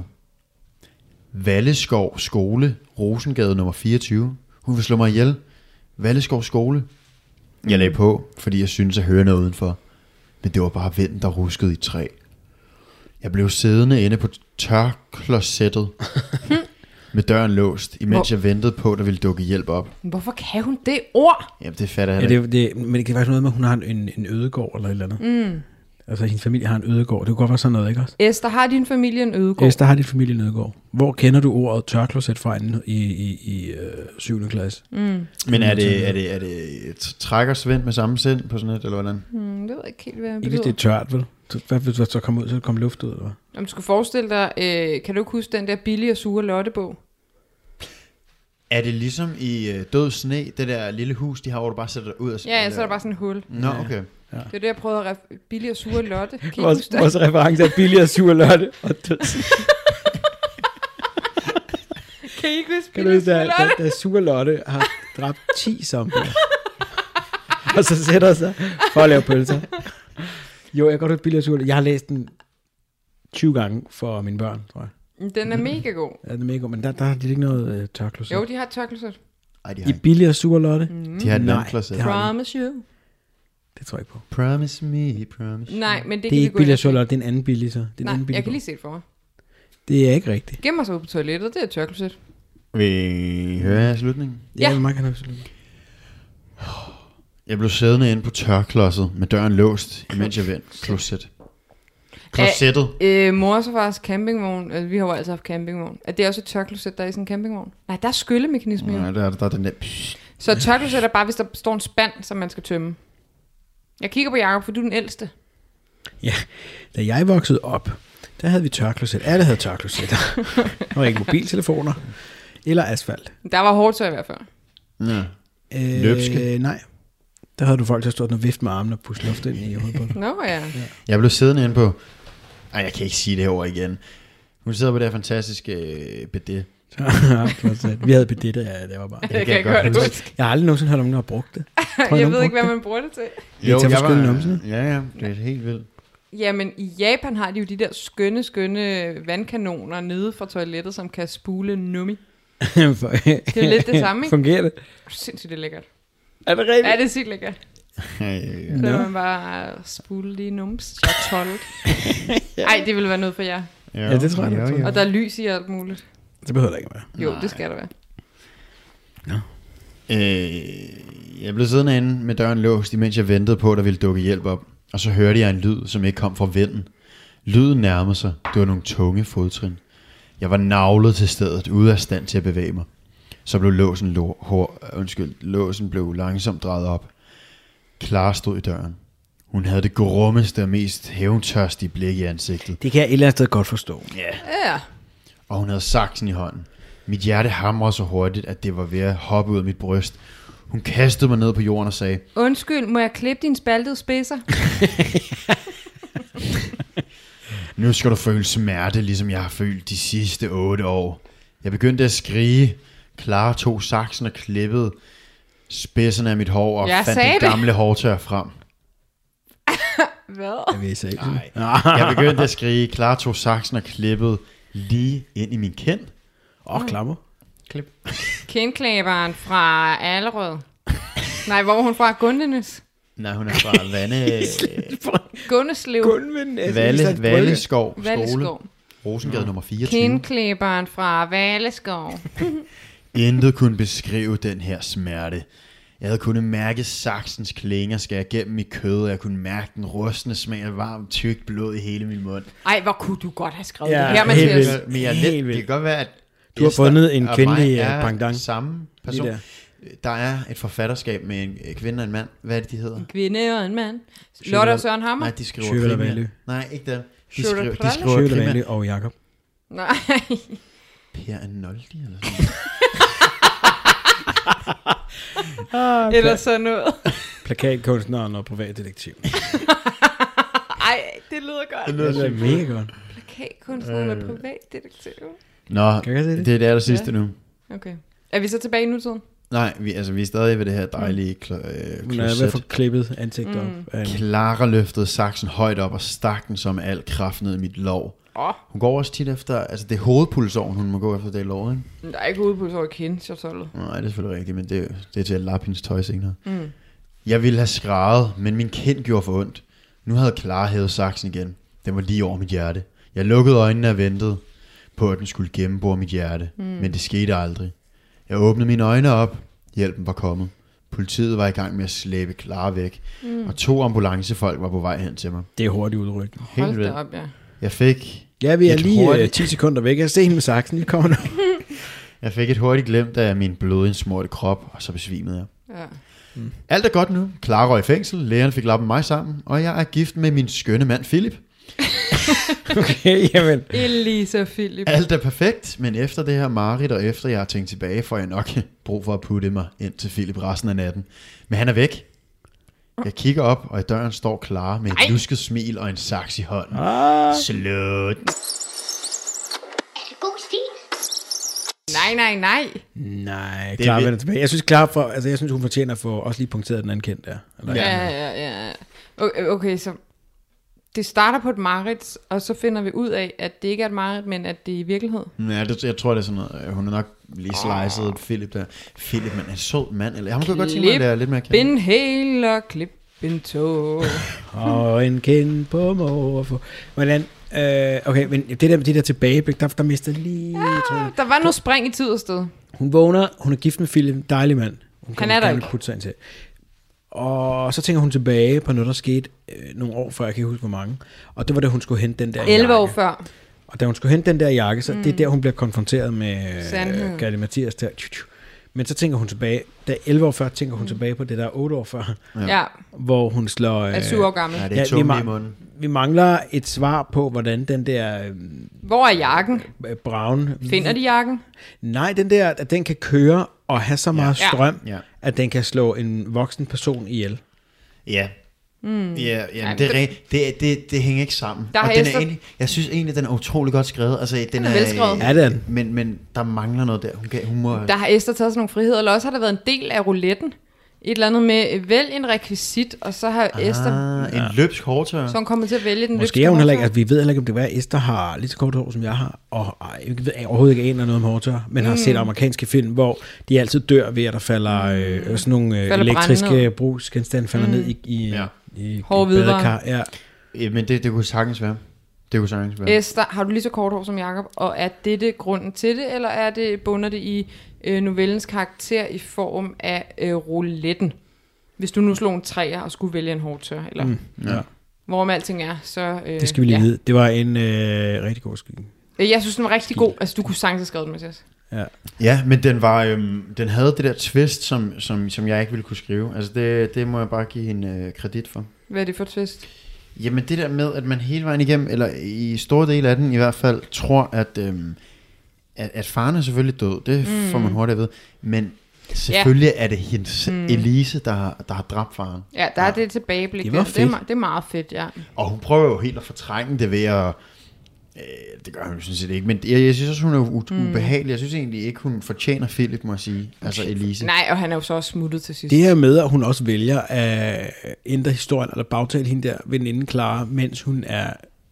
Valleskov Skole, Rosengade nummer fireogtyve. Hun vil slå mig ihjel. Valleskov Skole. Jeg lagde på, fordi jeg syntes at høre noget udenfor. Men det var bare vinden, der ruskede i træ. Jeg blev siddende inde på tørklosettet med døren låst, imens Hvor? jeg ventede på, at der ville dukke hjælp op. Hvorfor kan hun det ord? Jamen, det fatter jeg ja, det, det, men det kan være sådan noget med, at hun har en, en ødegård eller et eller andet. Mm. Altså, hendes familie har en ødegård. Det kunne godt være sådan noget, ikke også? Esther, har din familie en ødegård? Esther, har din familie en ødegård. Hvor kender du ordet tørkloset fra i, i, i øh, syvende klasse? Mm. Men er det, er det, er det trækker Svend med samme sind på sådan et, eller hvordan? Mm, det ved jeg ikke helt, hvad det betyder. Ikke hvis det er tørt, vel? Hvad hvis der så kommer ud, så kommer luft ud, eller? Om du skulle forestille dig, øh, kan du ikke huske den der billige og sure Lotte-bog? Er det ligesom i øh, Død Sne, det der lille hus, de har, hvor du bare sætter ud? Og ja, ja, så er der bare sådan et hul. Nå, okay. Ja. Det er det, jeg prøvede at ref- billige og sure Lotte. Kan I vores, huske det? Vores reference er billige og sure Lotte og Død Sne. Kan I ikke huske billige og sure Lotte? Da, da sure Lotte har dræbt ti zombier. Og så sætter sig for at lave pølser. Jo, jeg kan godt huske billige og sure Lotte. Jeg har læst den tyve gange for mine børn, tror jeg. Den er mega god. Ja, den er mega god, men der, der har de ikke noget øh, tørkloset. Jo, de har tørkloset. Ej, de har I billige og sure Lotte? Mm. De har et andet kloset. Promise you. Det tror jeg ikke på. Promise me, promise. Nej, men det, det kan er vi ikke billig og sure Lotte, det er en anden billig så. Det er Nej, anden jeg kan lige se det for mig. Det er ikke rigtigt. Gem mig så ud på toilettet, det er tørkloset. Vil I høre jeres slutning? Ja, ja. Man kan høre slutningen. Jeg blev siddende inde på tørklodset med døren låst, imens jeg vendte kloset. Klosettet. Øh, mors og fars campingvogn, altså, vi har jo altid haft campingvogn. Er det også et tørkloset, der er i sådan en campingvogn? Nej, der er skyllemekanisme. Nej, der er, der er den der... Så et tørkloset er bare, hvis der står en spand, som man skal tømme. Jeg kigger på Jacob, for du er den ældste. Ja, da jeg voksede op, der havde vi tørkloset. Alle havde tørklosetter. Der var ikke mobiltelefoner eller asfalt. Der var hårdt tøj i hvert fald. Ja. Øh, Løbske? Nej. Der havde du folk, der stod og vift med armene og puste luft ind i hovedet på dig. Nå ja. ja. Jeg blev siddende inde på... Ej, jeg kan ikke sige det her ord igen. Hun sidder på det her fantastiske øh, bidet. Vi havde bidet, ja, det var bare... Det, det kan jeg godt huske. huske. Jeg har aldrig nogensinde hørt om, nogen har brugt det. Jeg, jeg ved ikke, hvad man bruger det til. Jo, jeg jeg var... Ja, ja, det er helt vildt. Jamen, i Japan har de jo de der skønne, skønne vandkanoner nede fra toilettet, som kan spule nummi. Det er lidt det samme, ikke? Fungerer det? Sindssygt, det er lækkert. Er det rigtigt? Ja, det er sygt lækkert. Ja, ja, ja. Så no. man bare spule lige nums. Så tolv. Ej, det ville være noget for jer. Jo, Ja, det tror jeg, jo, det tror jo. Og der er lys i alt muligt. Det behøver der ikke være. Jo, Nej. det skal der være. Øh, jeg blev siddende inde med døren låst, imens jeg ventede på, at der ville dukke hjælp op. Og så hørte jeg en lyd, som ikke kom fra vinden. Lyden nærmede sig. Det var nogle tunge fodtrin. Jeg var navlet til stedet, ude af stand til at bevæge mig. Så blev låsen, lo- hår, undskyld, låsen blev langsomt drejet op. Clara stod i døren. Hun havde det grummeste og mest hævntørstige blik i ansigtet. Det kan jeg et eller andet sted godt forstå. Ja. Ja. Og hun havde saksen i hånden. Mit hjerte hamrede så hurtigt, at det var ved at hoppe ud af mit bryst. Hun kastede mig ned på jorden og sagde, Undskyld, må jeg klippe dine spaltede spidser? nu skal du føle smerte, ligesom jeg har følt de sidste otte år. Jeg begyndte at skrige. Clara tog saksen og klippede spidserne af mit hår og Jeg fandt sagde den det. gamle hårtør frem. Hvad? Jeg ved ikke. Nej. Jeg begyndte at skrige. Clara tog saksen og klippede lige ind i min kind. Åh, oh, klammer. Klip. Kindklæberen fra Allerød. Nej, hvor var hun fra? Gundenes? Nej, hun er fra Vande... Gunneslev. Valle, Valleskov skole. Valleskov. Rosengade nummer fireogtyve. Kindklæberen fra Valleskov. Intet kunne beskrive den her smerte. Jeg havde kunnet mærke saksens klinger skære gennem i kød, og jeg kunne mærke den rustne smag af varmt, tykt blod i hele min mund. Ej, hvor kunne du godt have skrevet Ja, det her, helt Mathias. vildt. Men jeg er Helt lidt, det vildt. kan godt være, at Du har Esther fundet en og kvindelig, mig er øh, pendant. samme person. Lige Der. der er et forfatterskab med en øh, kvinde og en mand. Hvad er det, de hedder? En kvinde og en mand. Lotte og Søren Hammer? Nej, de skriver Sjøle krimier. Valø. Nej, ikke dem. De Sjøle skriver, de Pralle? skriver Sjøle krimier. Valø og Jakob. Nej. Per Arnoldi eller sådan Eller sådan noget. Plakatkunstneren og privatdetektiv. Ej, det lyder godt. Det er mega godt. Plakatkunstner med privatdetektiv. Nå, Kan jeg se det? det er det aller sidste nu. Okay. Er vi så tilbage i nutiden? Nej, vi, altså, vi er stadig ved det her dejlige kl- øh, Hun er ved at kloset. få klippet ansigtet Mm. op. af en- Clara løftede saksen højt op og stak den som al kraft ned i mit lov. Åh, Hun går også tit efter, altså det er hovedpulsåren, hun må gå efter det i lov, ikke? oh, der er ikke hovedpuls over kind, så soldet. Nej, det er selvfølgelig rigtigt, men det, er- det er til at lappe hendes tøj senere. Mm. Jeg ville have skrædet, men min kind gjorde for ondt. Nu havde Clara hævet saksen igen. Den var lige over mit hjerte. Jeg lukkede øjnene og ventede på, at den skulle gennembore mit hjerte. Mm. Men det skete aldrig. Jeg åbnede mine øjne op. Hjælpen var kommet. Politiet var i gang med at slæbe Clara væk. Mm. Og to ambulancefolk var på vej hen til mig. Det er hurtigt udrykning. Helt Hold vildt. da op, ja. Jeg fik, Ja, vi er Et lige hurtigt- uh, ti sekunder væk. Jeg ser hende med saksen. Vi kommer nu. jeg fik et hurtigt glimt af min blodsmorte krop, og så besvimede jeg. Ja. Alt er godt nu. Clara røg i fængsel. Lægerne fik lappen mig sammen. Og jeg er gift med min skønne mand Philip. Okay, jamen. Elisa Philip. Alt er perfekt, men efter det her mareridt, og efter jeg har tænkt tilbage, får jeg nok brug for at putte mig ind til Philip resten af natten. Men han er væk. Jeg kigger op, og i døren står Clara med et Ej. lusket smil og en saks i hånden. Ah, Slut. Er det god stil? Nej, nej, nej. nej, Det er klar vi- vender tilbage. Jeg synes, klar for, altså, jeg synes, hun fortjener at få også lige punkteret den anden kendt der. Eller, Ja. Ja, ja, ja. Okay, okay, så det starter på et mareridt, og så finder vi ud af, at det ikke er et mareridt, men at det er i virkelighed. Ja, det, jeg tror, det er sådan noget. Hun er nok lige slicet Philip der. Philip, man er en sød mand. Eller, jeg må godt tænke mig at lære lidt mere at kende. Bind hæl og klip en tog. Og en kind på mor. For... Hvordan? Øh, okay, men det der, det der tilbageblik, der, der mister lige... Ja. Tror jeg. Der var noget spring i tid og sted. Hun vågner, hun er gift med Philip, dejlig mand. Hun Han er der ikke. putte sig ind til. Og så tænker hun tilbage på noget, der skete øh, nogle år før, jeg kan ikke huske hvor mange. Og det var da hun skulle hente den der elleve år jakke. før. Og da hun skulle hente den der jakke, så mm. det er der, hun bliver konfronteret med Sandheden. øh, Galle Mathias der. Men så tænker hun tilbage, da elleve år før, tænker hun mm. tilbage på det der otte år før, Ja. Ja, hvor hun slår... er syv år gammel. Ja, det er Ja, ja, vi tunge ma- i munden. Vi mangler et svar på, hvordan den der Hvor er jakken? øh, brown... Finder de jakken? Nej, den der, at den kan køre og have så meget Ja. strøm, Ja. at den kan slå en voksen person ihjel. Ja. Mm. Ja, Ej, jamen, det, er re- det, det, det hænger ikke sammen. Der og har den er Esther- egentlig, jeg synes egentlig, den er utrolig godt skrevet. Altså, den, Den er velskrevet. Ja, den. Men, men der mangler noget der. Hun, kan, hun må... Der har Esther taget sådan nogle friheder, eller også har der været en del af rouletten. Et eller andet med, øh, vælg en rekvisit, og så har ah, Esther ah, en løbsk hårtør. så hun kommer til at vælge den Måske er hun heller ikke, altså vi ved heller ikke, om det var, at Esther har lige så kort hår, som jeg har, og ej, jeg ved jeg overhovedet ikke aner noget om hårdtør, men har set amerikanske film, hvor de altid dør ved, at der falder øh, sådan nogle øh, Falder elektriske brænde ned. brugsgenstande falder mm. ned i, i, Ja. i, i Hårde hvidvarer. badekar. Ja. Ja, men det, det kunne sagtens være. Det kunne sagtens være. Esther, har du lige så kort hår som Jakob, og er dette grunden til det, eller er det bunder det i øh, novellens karakter i form af øh, rouletten? Hvis du nu slog en træer og skulle vælge en hårdtør, eller Mm, ja. hvorom alting er, så... Øh, Det skal vi lige ja. vide. Det var en øh, rigtig god skygge. Jeg synes, den var rigtig god. Altså, du kunne sagtens have skrevet den, Mathias. Ja. Ja, men den var, øhm, den havde det der twist, som, som, som jeg ikke ville kunne skrive. Altså det, det må jeg bare give en øh, kredit for. Hvad er det for et twist? Jamen det der med, at man hele vejen igennem, eller i store del af den i hvert fald, tror, at, øhm, at, at faren er selvfølgelig død. Det mm. får man hurtigt at vide. Men selvfølgelig ja. er det hendes mm. Elise, der har, der har dræbt faren. Ja, der ja. er det tilbageblik. Det var det, er, det er meget fedt, ja. Og hun prøver jo helt at fortrænge det ved at... Øh, det gør hun jo sådan set ikke, men jeg, jeg synes også, hun er u- mm. ubehagelig. Jeg synes egentlig ikke, hun fortjener Philip, må jeg sige. Altså Elise. Nej, og han er jo så også smuttet til sidst. Det her med, at hun også vælger at ændre historien, eller bagtale hende der veninde Clara, mens hun er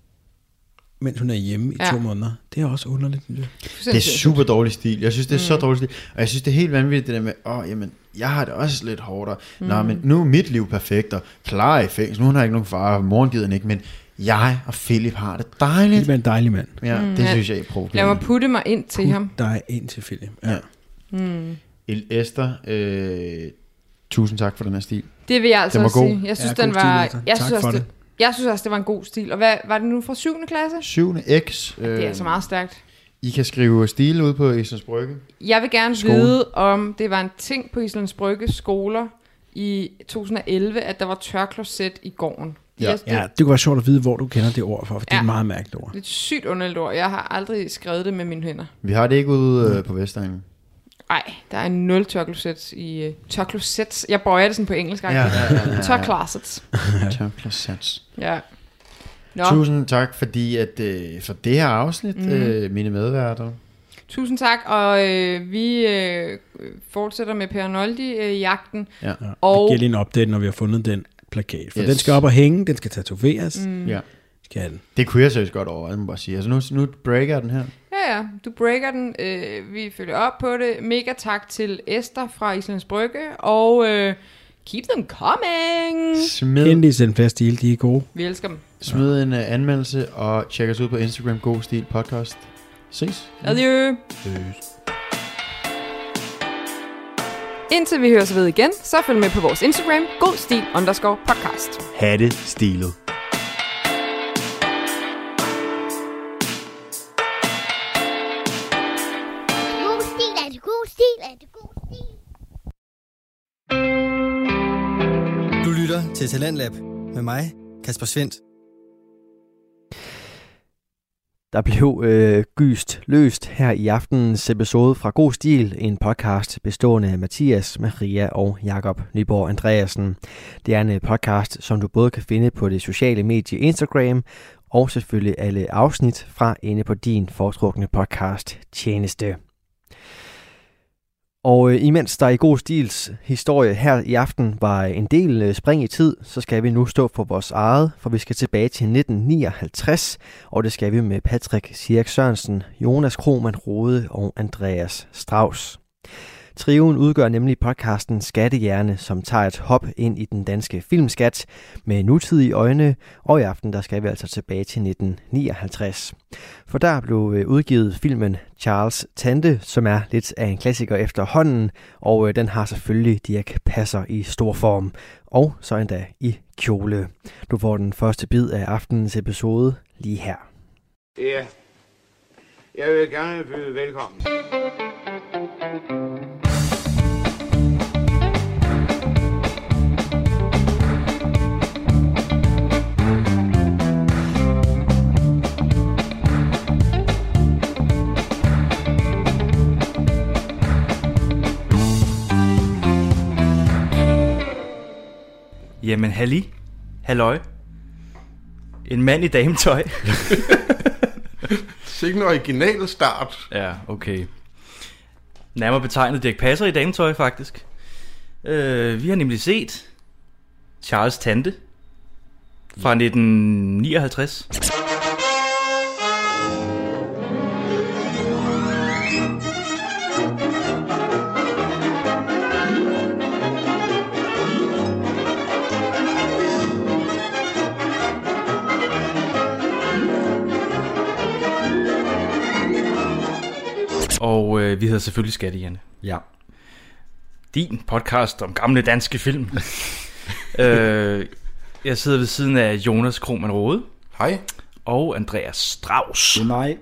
mens hun er hjemme i ja. to måneder. Det er også underligt. Det er super dårlig stil. Jeg synes, det er mm. så dårlig stil. Og jeg synes, det er helt vanvittigt, det der med, åh, oh, jamen, jeg har det også lidt hårdere. Mm. Nå, men nu er mit liv perfekt, og Clara i fængsel. Nu har jeg ikke nogen far, og moren gider den ikke, men jeg og Philip har det dejligt. Philip er en dejlig mand. Ja, mm. det synes jeg er et problem. Lad mig putte mig ind til Put ham. dig ind til Philip. Ja. Ja. Mm. Esther, øh, tusind tak for den her stil. Det vil jeg altså den var sige. god. Jeg synes, ja, den var... Stil, jeg tak synes for også, det. det. Jeg synes også, det var en god stil. Og hvad var det nu fra syvende klasse? Syvende X. Øh, Det er altså meget stærkt. I kan skrive stil ud på Islands Brygge. Jeg vil gerne Skole. vide, om det var en ting på Islands Brygge skoler i to tusind og elleve, at der var tørkloset i gården. Ja. Yes, det, Ja, det kunne være sjovt at vide, hvor du kender det ord for, for det er Ja. et meget mærkeligt ord. det er et sygt underligt ord. Jeg har aldrig skrevet det med mine hænder. Vi har det ikke ude øh, på Vestegnen. Nej, der er nul tørkloset i... Uh, tørkloset. Jeg bøjer det sådan på engelsk. Ja, ja, ja, ja. Tørkloset. Tørkloset. Ja. Nå. Tusind tak, fordi at, øh, for det her afsnit, mm. øh, mine medværter. Tusind tak, og øh, vi øh, fortsætter med Per Noldi-jagten. Ja. Ja, Og- det giver lige en update, når vi har fundet den plakat. For Yes. den skal op og hænge, den skal tatoveres. Mm. Ja. Skal den. Det kunne jeg seriøst godt over, jeg må bare sige. Altså nu, nu breaker jeg den her. Ja, ja, du breaker den. Øh, vi følger op på det. Mega tak til Esther fra Islands Brygge, og øh, keep them coming. Smid, Endelig send flere stil, de er gode. Vi elsker dem. smid en uh, anmeldelse, og tjek os ud på Instagram, God Stil Podcast. Ses. Adieu. Ses. Indtil vi høres ved igen, så følg med på vores Instagram, godstil underscore podcast. Ha' det stilet. God stil, er det god stil, er det god stil. Du lytter til Talentlab med mig, Kasper Svendt. Der blev øh, gyst løst her i aftenens episode fra God Stil, en podcast bestående af Mathias, Maria og Jakob Nyborg Andreasen. Det er en podcast, som du både kan finde på det sociale medie Instagram, og selvfølgelig alle afsnit fra inde på din foretrukne podcast tjeneste. Og øh, imens der i God Stils historie her i aften var en del øh, spring i tid, så skal vi nu stå for vores eget, for vi skal tilbage til nitten nioghalvtreds, og det skal vi med Patrick Sierk Sørensen, Jonas Krohmann Rode og Andreas Strauss. Trioen udgør nemlig podcasten Skattehjerne, som tager et hop ind i den danske filmskat med nutidige øjne, og i aften der skal vi altså tilbage til nitten nioghalvtreds. For der blev udgivet filmen Charles Tante, som er lidt af en klassiker efterhånden, og den har selvfølgelig Dirch Passer i stor form, og så endda i kjole. Du får den første bid af aftenens episode lige her. Ja, jeg vil gerne byde velkommen. Jamen, halli. Halløj. En mand i dametøj. Sikke en original start. Ja, okay. Nærmere betegnet Dirch Passer i dametøj, faktisk. Øh, vi har nemlig set Charles Tante fra nitten nioghalvtreds. øh, vi hedder selvfølgelig Skattejerne. Ja. Din podcast om gamle danske film. øh, jeg sidder ved siden af Jonas Krohmann Rode. Hej. Og Andreas Strauss. Det er mig.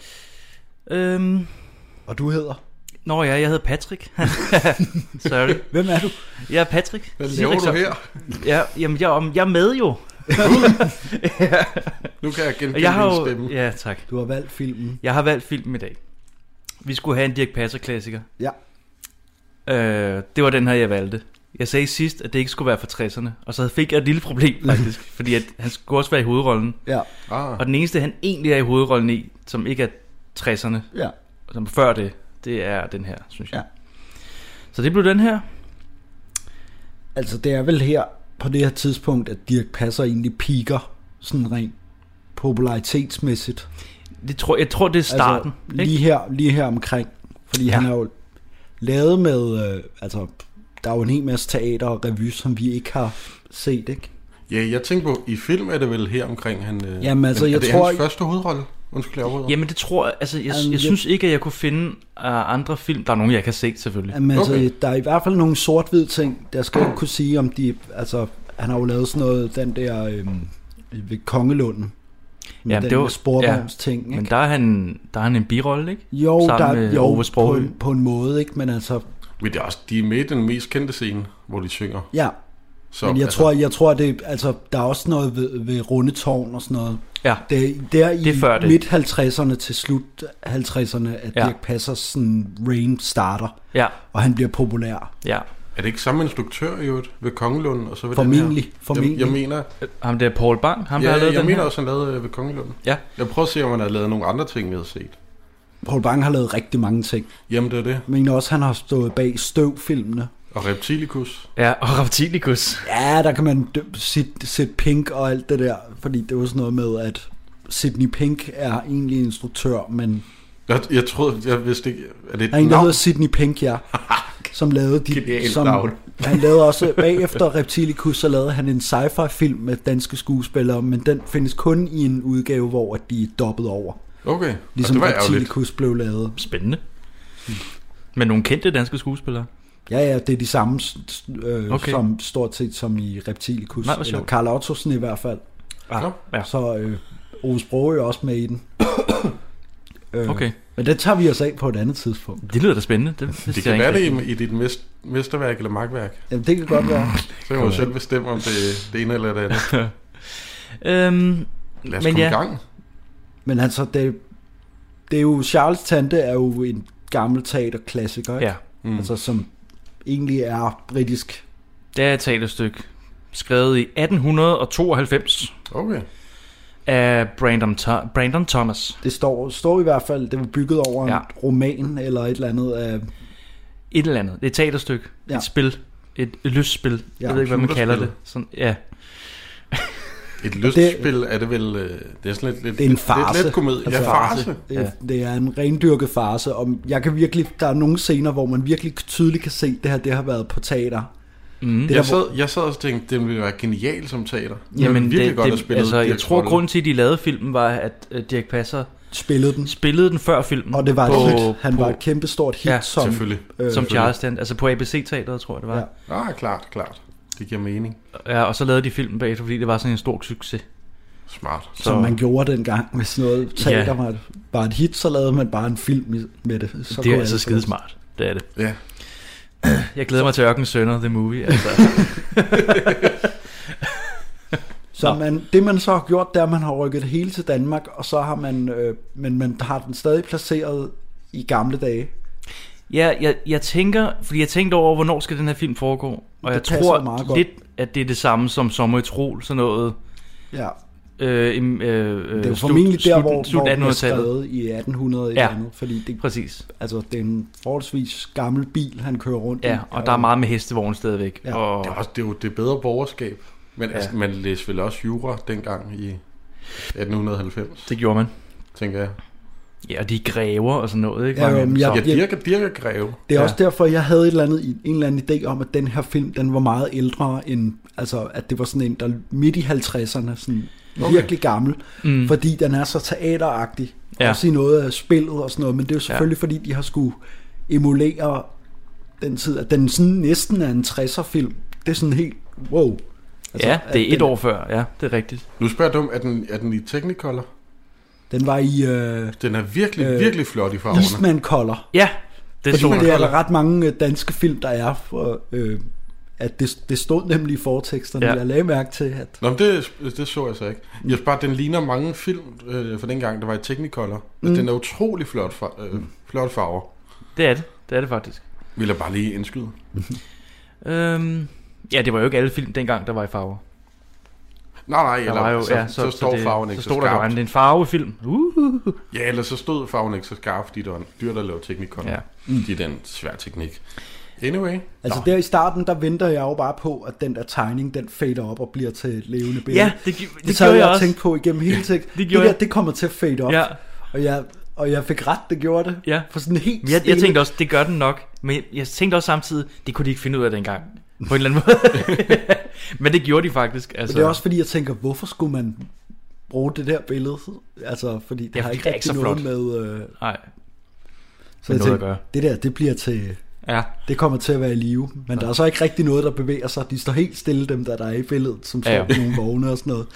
Øhm, og du hedder? Nå ja, jeg hedder Patrick. Sorry. Hvem er du? Jeg er Patrick. Hvad laver du her? Ja, jamen, jeg, jeg er med jo. Ja. Nu kan jeg genkende jeg har din jo, stemme. Ja, tak. Du har valgt filmen. Jeg har valgt filmen i dag. Vi skulle have en Dirch Passer-klassiker. Ja. Øh, det var den her, jeg valgte. Jeg sagde sidst, at det ikke skulle være fra tresserne. Og så fik jeg et lille problem, faktisk. Fordi at han skulle også være i hovedrollen. Ja. Ah. Og den eneste, han egentlig er i hovedrollen i, som ikke er tresserne, ja. som før det, det er den her, synes jeg. Ja. Så det blev den her. Altså, det er vel her, på det her tidspunkt, at Dirch Passer egentlig peaker, sådan rent popularitetsmæssigt. Det tror, jeg tror, det er starten. Altså, lige, her, lige her omkring. Fordi ja. han er jo lavet med, øh, altså, der er jo en hel masse teater og revy, som vi ikke har set, ikke? Ja, jeg tænker på, i film er det vel her omkring, han... Øh, Jamen, altså, jeg er det tror, hans første hovedrolle? Undskyld, jeg overhovedet. Jamen, det tror jeg, altså, jeg, jeg, Jamen, jeg synes ikke, at jeg kunne finde uh, andre film. Der er nogen, jeg kan se, selvfølgelig. Jamen, altså, Okay. der er i hvert fald nogle sort-hvide ting, der skal jeg kunne sige, om de, altså, han har jo lavet sådan noget, den der, øhm, ved Kongelunden. Med Jamen, den det var- med sporvogns ting, ikke? Men der er han, der er han en birolle, ikke? Jo, Sammen der, med jo Ove på, Sprogøe. en- på en måde, ikke? Men altså, Men det er også, de er med i den mest kendte scene, hvor de synger. ja. Så, Men jeg altså, tror, jeg tror det, altså, der er også noget ved, ved Rundetårn og sådan noget. Ja, Det, der i Det er før det. midt halvtredserne til slut halvtredserne, at Ja. Dirch Passers sådan reign starter, ja, og han bliver populær. ja. er det ikke samme instruktør i øvrigt ved Kongelunden? Og så ved Formentlig, den her? formentlig. Jeg, jeg mener, Ham der Paul Bang, ham der ja, har lavet jeg den mener her. også, han lavede øh, ved Kongelunden. Ja. Jeg prøver at se, om han har lavet nogle andre ting, vi har set. Paul Bang har lavet rigtig mange ting. Jamen, det er det. Jeg mener også, han har stået bag Støv-filmene. Og Reptilicus. Ja, og Reptilicus. Ja, der kan man sætte Pink og alt det der, fordi det var sådan noget med, at Sidney Pink er egentlig instruktør, men Jeg, jeg troede, jeg vidste ikke, er det et der er en, der navn? hedder Sidney Pink, ja, som lavede de, Genialt som, navn. han lavede også, bagefter Reptilicus, så lavede han en sci-fi film med danske skuespillere, men den findes kun i en udgave, hvor de er dobbelt over. Okay, Ligesom og det var ærgerligt. Reptilicus blev lavet. Spændende. Men nogle kendte danske skuespillere. Ja, ja, det er de samme, øh, Okay. som stort set som i Reptilicus. Nej, hvor Eller sjovt. Carl Ottosen i hvert fald. Ah, ja. Så øh, Ove Sprogøe er også med i den. øh, Okay. Men det tager vi os af på et andet tidspunkt. Det lyder da spændende. Det, Det det kan være det i, i dit mest, mesterværk eller magtværk. Jamen, det kan godt være. Så kan man jo selv bestemme, om det er det ene eller det andet. Øhm, Lad os Men komme ja. i gang. Men altså, det, det er jo, Charles Tante er jo en gammel teaterklassiker, ikke? ja, Mm. Altså, som egentlig er britisk. det er et teaterstykke. Skrevet i atten tooghalvfems Okay. af Brandon, Tho- Brandon Thomas. Det står, står i hvert fald, det var bygget over Ja. en roman eller et eller andet af... Et eller andet. Det er et teaterstykke. Ja. Et spil. Et, et lystspil. Ja, Jeg ved ikke, hvad man kalder det. computerspil. Sådan, ja. Et lystspil er det vel... øh, Det er sådan lidt... lidt Det er en lidt- farce. Lidt, lidt komedie. Altså, Ja, farce. Det, Ja. det er en rendyrket farce, og jeg kan virkelig, der er nogle scener, hvor man virkelig tydeligt kan se, at det her det har været på teater. Mm. Det Jeg der, sad, jeg sad og tænkte, det ville være genialt som teater. Det Jamen, var virkelig det, godt det, at spille. altså, jeg Dirch tror, rolle. grunden til, at de lavede filmen, var, at uh, Dirch Passer spillede den, spillede den før filmen. og det var på, et hit. Han på, var et kæmpestort hit, Ja, som, Selvfølgelig. øh, som Charles Stand, altså på A B C-teateret, tror jeg, det var. Ja. Ah, klart, klart. Det giver mening. Ja, og så lavede de filmen bagefter, fordi det var sådan en stor succes. Smart. som man gjorde dengang, hvis noget teater Ja. var, var et hit, så lavede man bare en film i- med det. Så Det kunne er alle altså få skide det. smart. Det er det. Ja. Jeg glæder mig til Ørken Sønder, the movie. Altså. Så man, det man så har gjort, det er, at man har rykket det hele til Danmark, og så har man, øh, men man har den stadig placeret i gamle dage. Ja, jeg, jeg tænker, fordi jeg tænkte over, hvornår skal den her film foregå, og Det jeg passer tror meget godt. lidt, at det er det samme som Sommer i Trol, sådan noget. Ja, Øh, im- øh, det er jo slut- formentlig der, slut- hvor, slut hvor det er attenhundredetallet. skrevet i atten hundrede Ja. eller andet, fordi det, Præcis. altså, det er en forholdsvis gammel bil, han kører rundt i. Ja, og der er meget med hestevogn stadigvæk. Ja. Og, Det er, også, det er jo det bedre borgerskab. Men Ja. altså, man læste vel også jura dengang i atten halvfems, det gjorde man. tænker jeg. Ja, og de er grever og sådan noget, ikke? Ja, Mange- jo, men jeg- så- Ja, Dirk, Dirk er greve. Det er Ja. også derfor, jeg havde et eller andet, en eller anden idé om, at den her film, den var meget ældre end, altså at det var sådan en, der midt i halvtredserne, sådan Okay. virkelig gammel, Mm. fordi den er så teateragtig. ja. også i noget af spillet og sådan noget, men det er jo selvfølgelig ja. fordi de har skulle emulere den tid, at den sådan næsten er en tresser-film. Det er sådan helt wow. Altså, ja, det er et den, år før, ja, det er rigtigt. Nu spørger jeg dig, er den, er den i Technicolor? Den var i... Øh, den er virkelig, øh, virkelig flot i farverne. Eastman Color. Ja, det Fordi det er der ret mange danske film, der er, for, øh, at det, det stod nemlig i forteksterne. Ja. Jeg lagde mærke til, at... Nå, men det, det så jeg så ikke. Jeg synes bare, den ligner mange film øh, for den gang, der var i Technicolor. Mm. Den er utrolig flot, far, øh, flot farver. Det er det, det er det faktisk. Vil jeg bare lige indskyde. øhm, ja, det var jo ikke alle film dengang, der var i farver. Nej, nej, eller var jo, så, ja, så, så står det, farven ikke så, så, så skarpt. Der, det er en farvefilm. Uh. Ja, eller så stod farven ikke så skarpt, fordi der var en dyr, der lavede Technicolor. Ja. Mm. Det er den svær teknik. Anyway. Altså Nå. Der i starten, der venter jeg jo bare på, at den der tegning, den fader op og bliver til et levende billede. Ja, det, det, det, det gjorde jeg, jeg også. Tænkt på igennem hele tiden. det, det, der, det kommer til at fade op. Ja. Og jeg... Og jeg fik ret, det gjorde det. Ja. For sådan helt jeg, jeg tænkte også, det gør den nok. Men jeg, jeg tænkte også samtidig, det kunne de ikke finde ud af dengang. På en eller anden måde. Men det gjorde de faktisk. Altså. Det er også fordi, jeg tænker, hvorfor skulle man bruge det der billede? Altså, fordi det ja, har ikke rigtig noget med... Øh... Nej. Så jeg tænker, det der, det bliver til... Ja. Det kommer til at være i live. Men ja. Der er så ikke rigtig noget, der bevæger sig. De står helt stille, dem der, der er i billedet, som står ja, ja. nogle vogne og sådan noget.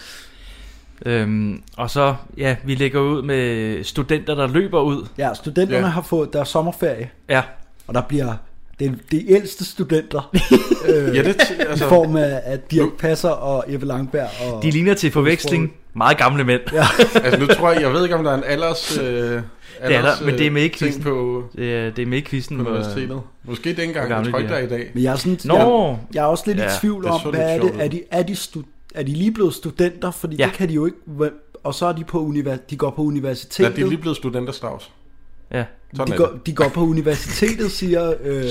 Øhm, og så, ja, vi lægger ud med studenter, der løber ud. Ja, studenterne ja. har fået deres sommerferie. Ja. Og der bliver det, de ældste studenter øh, ja, det altså, i form af, af Dirch Passer og Jeppe Langberg. Og de ligner til forveksling meget gamle mænd. Ja. Altså nu tror jeg, jeg ved ikke om der er en alders... Øh, alders det er der, men det er med ikke quizzen på, det er, det er med ikke quizzen på universitetet. Måske dengang, jeg tror ikke der er i dag. Men jeg er, sådan, jeg, jeg er også lidt ja, i tvivl om, hvad er det? Er de, er de stud Er de lige blevet studenter? Fordi ja. det kan de jo ikke. Og så er de på univers- de går på universitetet. Ja, de er lige blevet studenter, Strauss. Ja. De går, de går på universitetet, siger øh,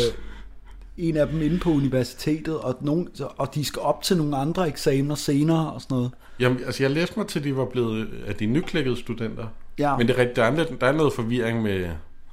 en af dem inde på universitetet, og, nogen, og de skal op til nogle andre eksamener senere og sådan noget. Jamen, altså jeg læste mig til, de var blevet af de nyklækkede studenter. Ja. Men det er rigtigt, der er, der er noget forvirring med,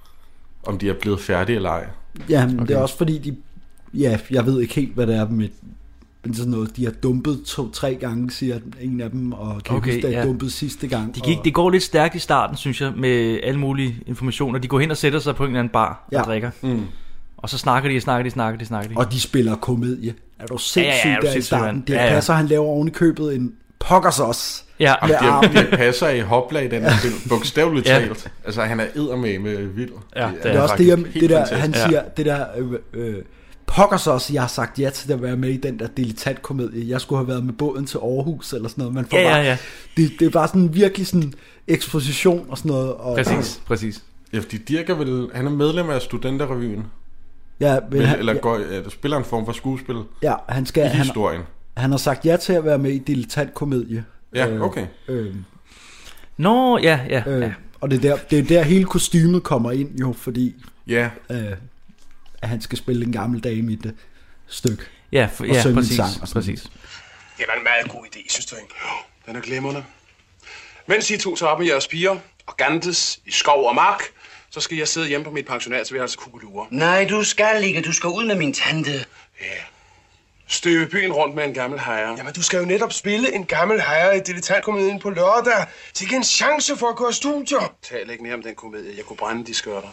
om de er blevet færdige eller ej. Ja, men okay. Det er også fordi, de, ja, jeg ved ikke helt, hvad det er med... Men sådan noget, de har dumpet to-tre gange, siger en af dem, og kan okay, huske, at ja. dumpet sidste gang. De gik, og... Det går lidt stærkt i starten, synes jeg, med alle mulige informationer. De går hen og sætter sig på en eller anden bar ja. og drikker. Mm. Og så snakker de, og snakker de, snakker de, snakker de. Og de spiller komedie. Er du sindssygt ja, ja, ja, der i starten? Det ja, ja. passer, han laver oven i købet en pokkers os. Ja. Jamen, det, det passer i hopla i den her film, bogstaveligt ja. talt. Altså, han er eddermame med vild. Ja, det, det er, er også det, det der, han siger, ja. det der... Øh, øh, pokkers også, jeg har sagt ja til at være med i den der dilettantkomedie. Jeg skulle have været med båden til Aarhus eller sådan noget. Man får ja, bare, ja, ja. Det, det er bare sådan virkelig sådan eksposition og sådan noget. Og, præcis, præcis. Ja, fordi Dirch er vel, han er medlem af Studenterrevyen. Ja, men han, eller går, ja, der spiller en form for skuespil. Ja, han skal, i historien. Han, han har sagt ja til at være med i dilettantkomedie. Ja, okay. Øh, øh, Nå, ja, ja. Øh, ja. Og det er der, det er der hele kostymet kommer ind jo, fordi... Ja. Øh, at han skal spille en gammel dame i det stykke. Ja, for, ja præcis, sang præcis. Det var en meget god idé, synes du ikke? Jo, den er glimrende. Mens I to tager op med jeres piger og gantes i skov og mark, så skal jeg sidde hjemme på mit pensionat, så kugelure. Nej, du skal ikke. Du skal ud med min tante. Ja. Støve byen rundt med en gammel hejer. Jamen, du skal jo netop spille en gammel hejer i dilettantkomedien på lørdag. Så ikke en chance for at gå af studier. Tal ikke mere om den komedie. Jeg kunne brænde de skørter.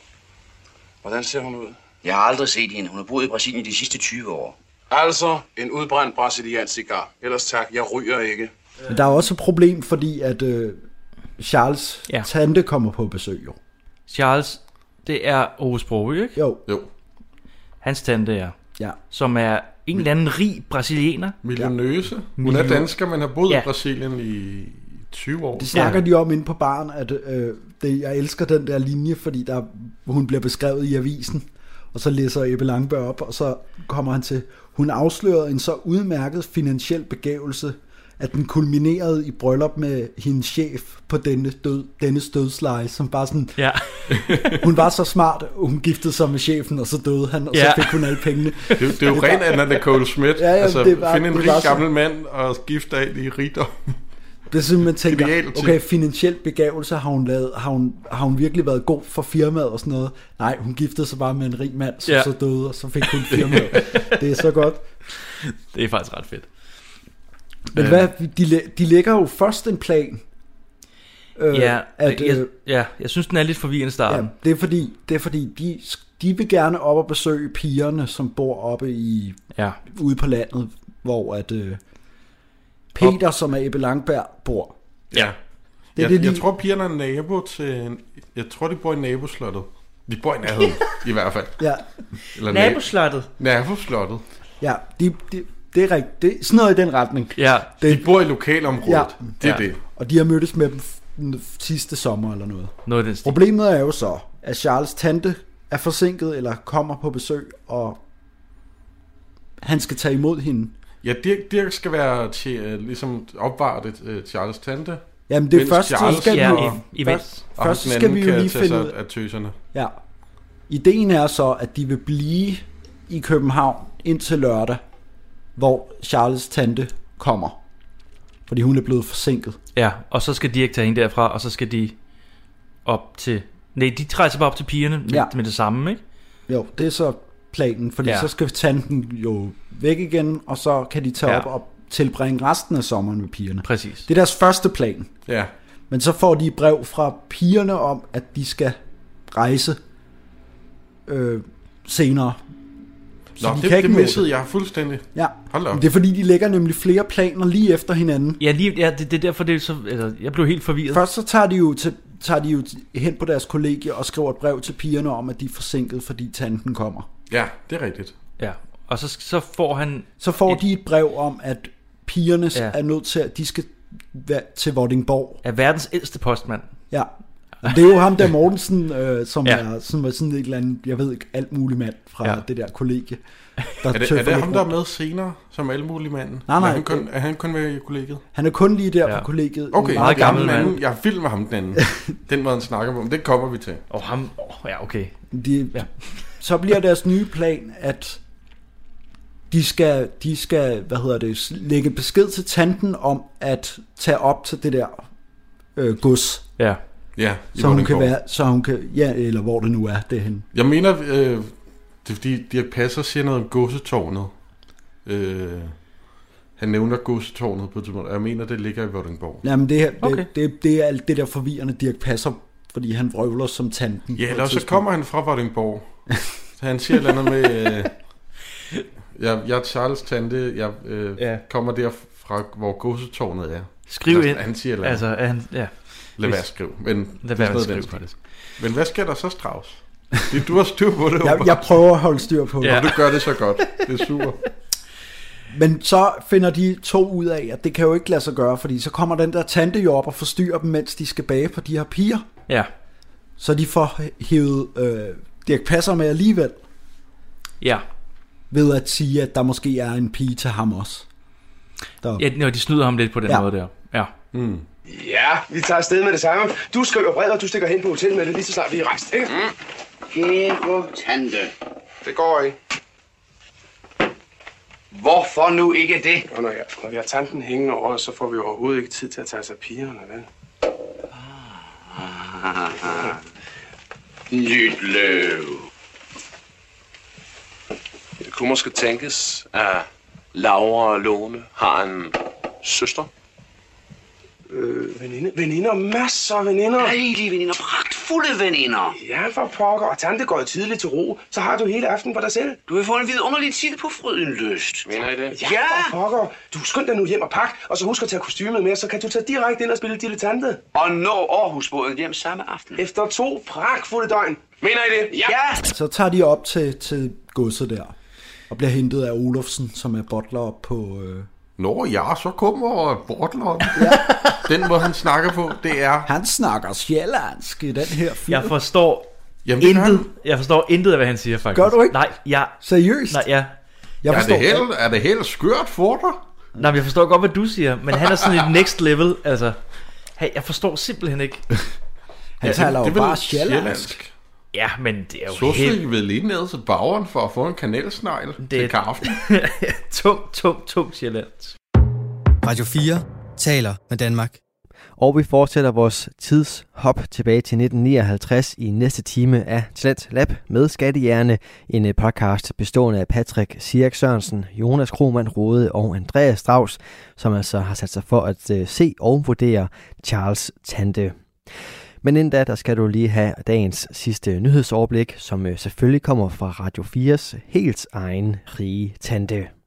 Hvordan ser hun ud? Jeg har aldrig set hende. Hun har boet i Brasilien de sidste tyve år. Altså, en udbrændt brasiliansk cigar. Ellers tak, jeg ryger ikke. Men der er også et problem, fordi at øh, Charles' ja. tante kommer på besøg, jo. Charles, det er Ove Sprogøe, ikke? Jo. Jo. Hans tante er. Ja. Som er en eller anden rig brasilianer. Millionøse. Hun er dansker, men har boet ja. i Brasilien i tyve år. Det snakker ja. de om inde på baren, at øh, det, jeg elsker den der linje, fordi der, hun bliver beskrevet i avisen. Og så læser Ebbe Langberg op, og så kommer han til, hun afslørede en så udmærket finansiel begævelse, at den kulminerede i bryllup med hendes chef på denne død, dennes dødsleje, som bare sådan, ja. hun var så smart, og hun giftede sig med chefen, og så døde han, og ja. så fik hun alle pengene. Det, det er jo rent Anna Nicole Smith, ja, ja, altså det var, finde en rig gammel mand og skifte af i rigdom. Det er sådan, man tænker, okay, finansiel begævelse, har hun, lavet, har, hun, har hun virkelig været god for firmaet og sådan noget? Nej, hun giftede sig bare med en rig mand, som ja. så døde, og så fik hun firmaet. Det er så godt. Det er faktisk ret fedt. Men hvad, de, de lægger jo først en plan. Øh, ja, at, jeg, øh, ja, jeg synes, den er lidt forvirrende starten. Ja, det er fordi, det er fordi de, de vil gerne op og besøge pigerne, som bor oppe i ja. ude på landet, hvor at øh, Peter, op. som er Ebbe Langberg, bor. Ja. Det er jeg, det, de... jeg tror, pigerne er nabo til... Jeg tror, de bor i naboslottet. De bor i nærheden, i hvert fald. Ja. Eller naboslottet? Naboslottet. Ja, de, de, det er rigtigt. Det er sådan noget i den retning. Ja. Det, de bor i lokalområdet. Ja. Det er ja. det. Og de har mødtes med dem sidste sommer eller noget. noget den Problemet er jo så, at Charles' tante er forsinket, eller kommer på besøg, og han skal tage imod hende. Ja, Dirk, Dirk skal være til, uh, ligesom opvartet uh, Charles' tante. Jamen det er først, Charles, skal ja, vi jo, i, først, i først skal vi jo lige finde ud af tøserne. Ja. Ideen er så, at de vil blive i København indtil lørdag, hvor Charles' tante kommer. Fordi hun er blevet forsinket. Ja, og så skal Dirk tage hende derfra, og så skal de op til... Nej, de rejser bare op til pigerne med, ja. med det samme, ikke? Jo, det er så planen, fordi ja. så skal tanten jo væk igen, og så kan de tage ja. op og tilbringe resten af sommeren med pigerne. Præcis. Det er deres første plan. Ja. Men så får de brev fra pigerne om, at de skal rejse øh, senere. Så Nå, de det, kan ikke det missede jeg fuldstændig. Ja, det er fordi, de lægger nemlig flere planer lige efter hinanden. Ja, lige, ja det, det er derfor, det er så, altså, jeg blev helt forvirret. Først så tager de, jo til, tager de jo hen på deres kollegie og skriver et brev til pigerne om, at de er forsinket, fordi tanten kommer. Ja, det er rigtigt. Ja, og så, så får han... Så får et, de et brev om, at pigerne ja. er nødt til, at de skal til Vordingborg. Er verdens ældste postmand. Ja. Det er jo ham der Mortensen, øh, som ja. er som er sådan et eller andet, jeg ved ikke, alt mulig mand fra ja. det der kollegie. Der er det, er det ham, der er med senere, som alt mulig manden? Nej, nej. Er han kun, er han kun med i kollegiet? Han er kun lige der ja. på kollegiet. Okay, meget gammel mand. Jeg er vild med ham, den anden. Den måde, han snakker om, det kommer vi til. Og oh, ham, oh, ja, okay. De, ja. Så bliver deres nye plan, at de skal, de skal, hvad hedder det, lægge besked til tanten om at tage op til det der øh, gods. Ja. Ja, så hun kan være, så hun kan, ja, eller hvor det nu er, det er henne. Jeg mener, øh, det er fordi Dirk Passer siger noget om godsetårnet. Øh, han nævner godsetårnet på et tidspunkt. Jeg mener, det ligger i Vordingborg. Jamen, det, her, okay. det, det, det er alt det der forvirrende Dirk Passer, fordi han vrøvler som tanten. Ja, eller så kommer han fra Vordingborg. Så han siger noget med, øh, jeg, jeg er Charles' tante, jeg øh, ja. kommer derfra, hvor godsetårnet er. Skriv ind. Han siger altså, han, ja. Lad være skrive. Men, Lad være skrive faktisk. Men hvad sker der så, Strauss? Det, du har styr på det. jeg, jeg prøver at holde styr på det. Ja. Og du gør det så godt. Det er super. Men så finder de to ud af, at det kan jo ikke lade sig gøre, fordi så kommer den der tante jo op og forstyrrer dem, mens de skal bage på de her piger. Ja. Så de får hævet øh, Dirk Passer med alligevel. Ja. Ved at sige, at der måske er en pige til ham også. Der... Ja, når de snyder ham lidt på den ja. måde der. Ja. Mm. Ja, vi tager afsted med det samme. Du skriver brev, og du stikker hen på hotellet med det, lige så snart vi er rejst, ikke? Mm. Kære tante. Det går ikke. Hvorfor nu ikke det? Og når, jeg, når vi har tanten hængende over, så får vi overhovedet ikke tid til at tage os af pigerne, vel? Ah. Nyt løv. Det kunne måske tænkes, at Laura og Lone har en søster. Øh, veninder, veninder, masser af veninder. Dejlige veninder, pragtfulde veninder. Ja, for pokker, og tante går tidligt til ro, så har du hele aften for dig selv. Du vil få en vidunderlig tid på Frydenlyst. Mener I det? Ja, ja. For pokker. Du skynd dig nu hjem og pak, og så husk at tage kostymet med, så kan du tage direkte ind og spille dilettante. Og nå Aarhusbåden hjem samme aften. Efter to pragtfulde døgn. Mener I det? Ja. ja. Så tager de op til, til godset der, og bliver hentet af Olofsen, som er butler op på... Øh Nå ja, så kommer Bortlund. Ja. Den måde han snakker på, det er... Han snakker sjællandsk i den her film. Jeg forstår Jamen, intet. Jeg forstår intet af, hvad han siger, faktisk. Gør du ikke? Nej, ja. Seriøst? Nej, ja. Jeg er, det helt, er det helt skørt for dig? Nej, men jeg forstår godt, hvad du siger, men han er sådan et next level, altså. Hey, jeg forstår simpelthen ikke. Han ja, taler jo bare sjællandsk. Ja, men det er jo så helt... Så fik vi lige ned til bageren for at få en kanelsnegl det... til kaffen. tung, tung, tung sjællandsk. Radio fire taler med Danmark. Og vi fortsætter vores tidshop tilbage til nitten nioghalvtreds i næste time af Talent Lab med Skattehjerne, en podcast bestående af Patrick Sierk Sørensen, Jonas Krohmann Rode og Andreas Strauss, som altså har sat sig for at uh, se og vurdere Charles' tante. Men inden da, der skal du lige have dagens sidste nyhedsoverblik, som selvfølgelig kommer fra Radio fires helt egen rige tante.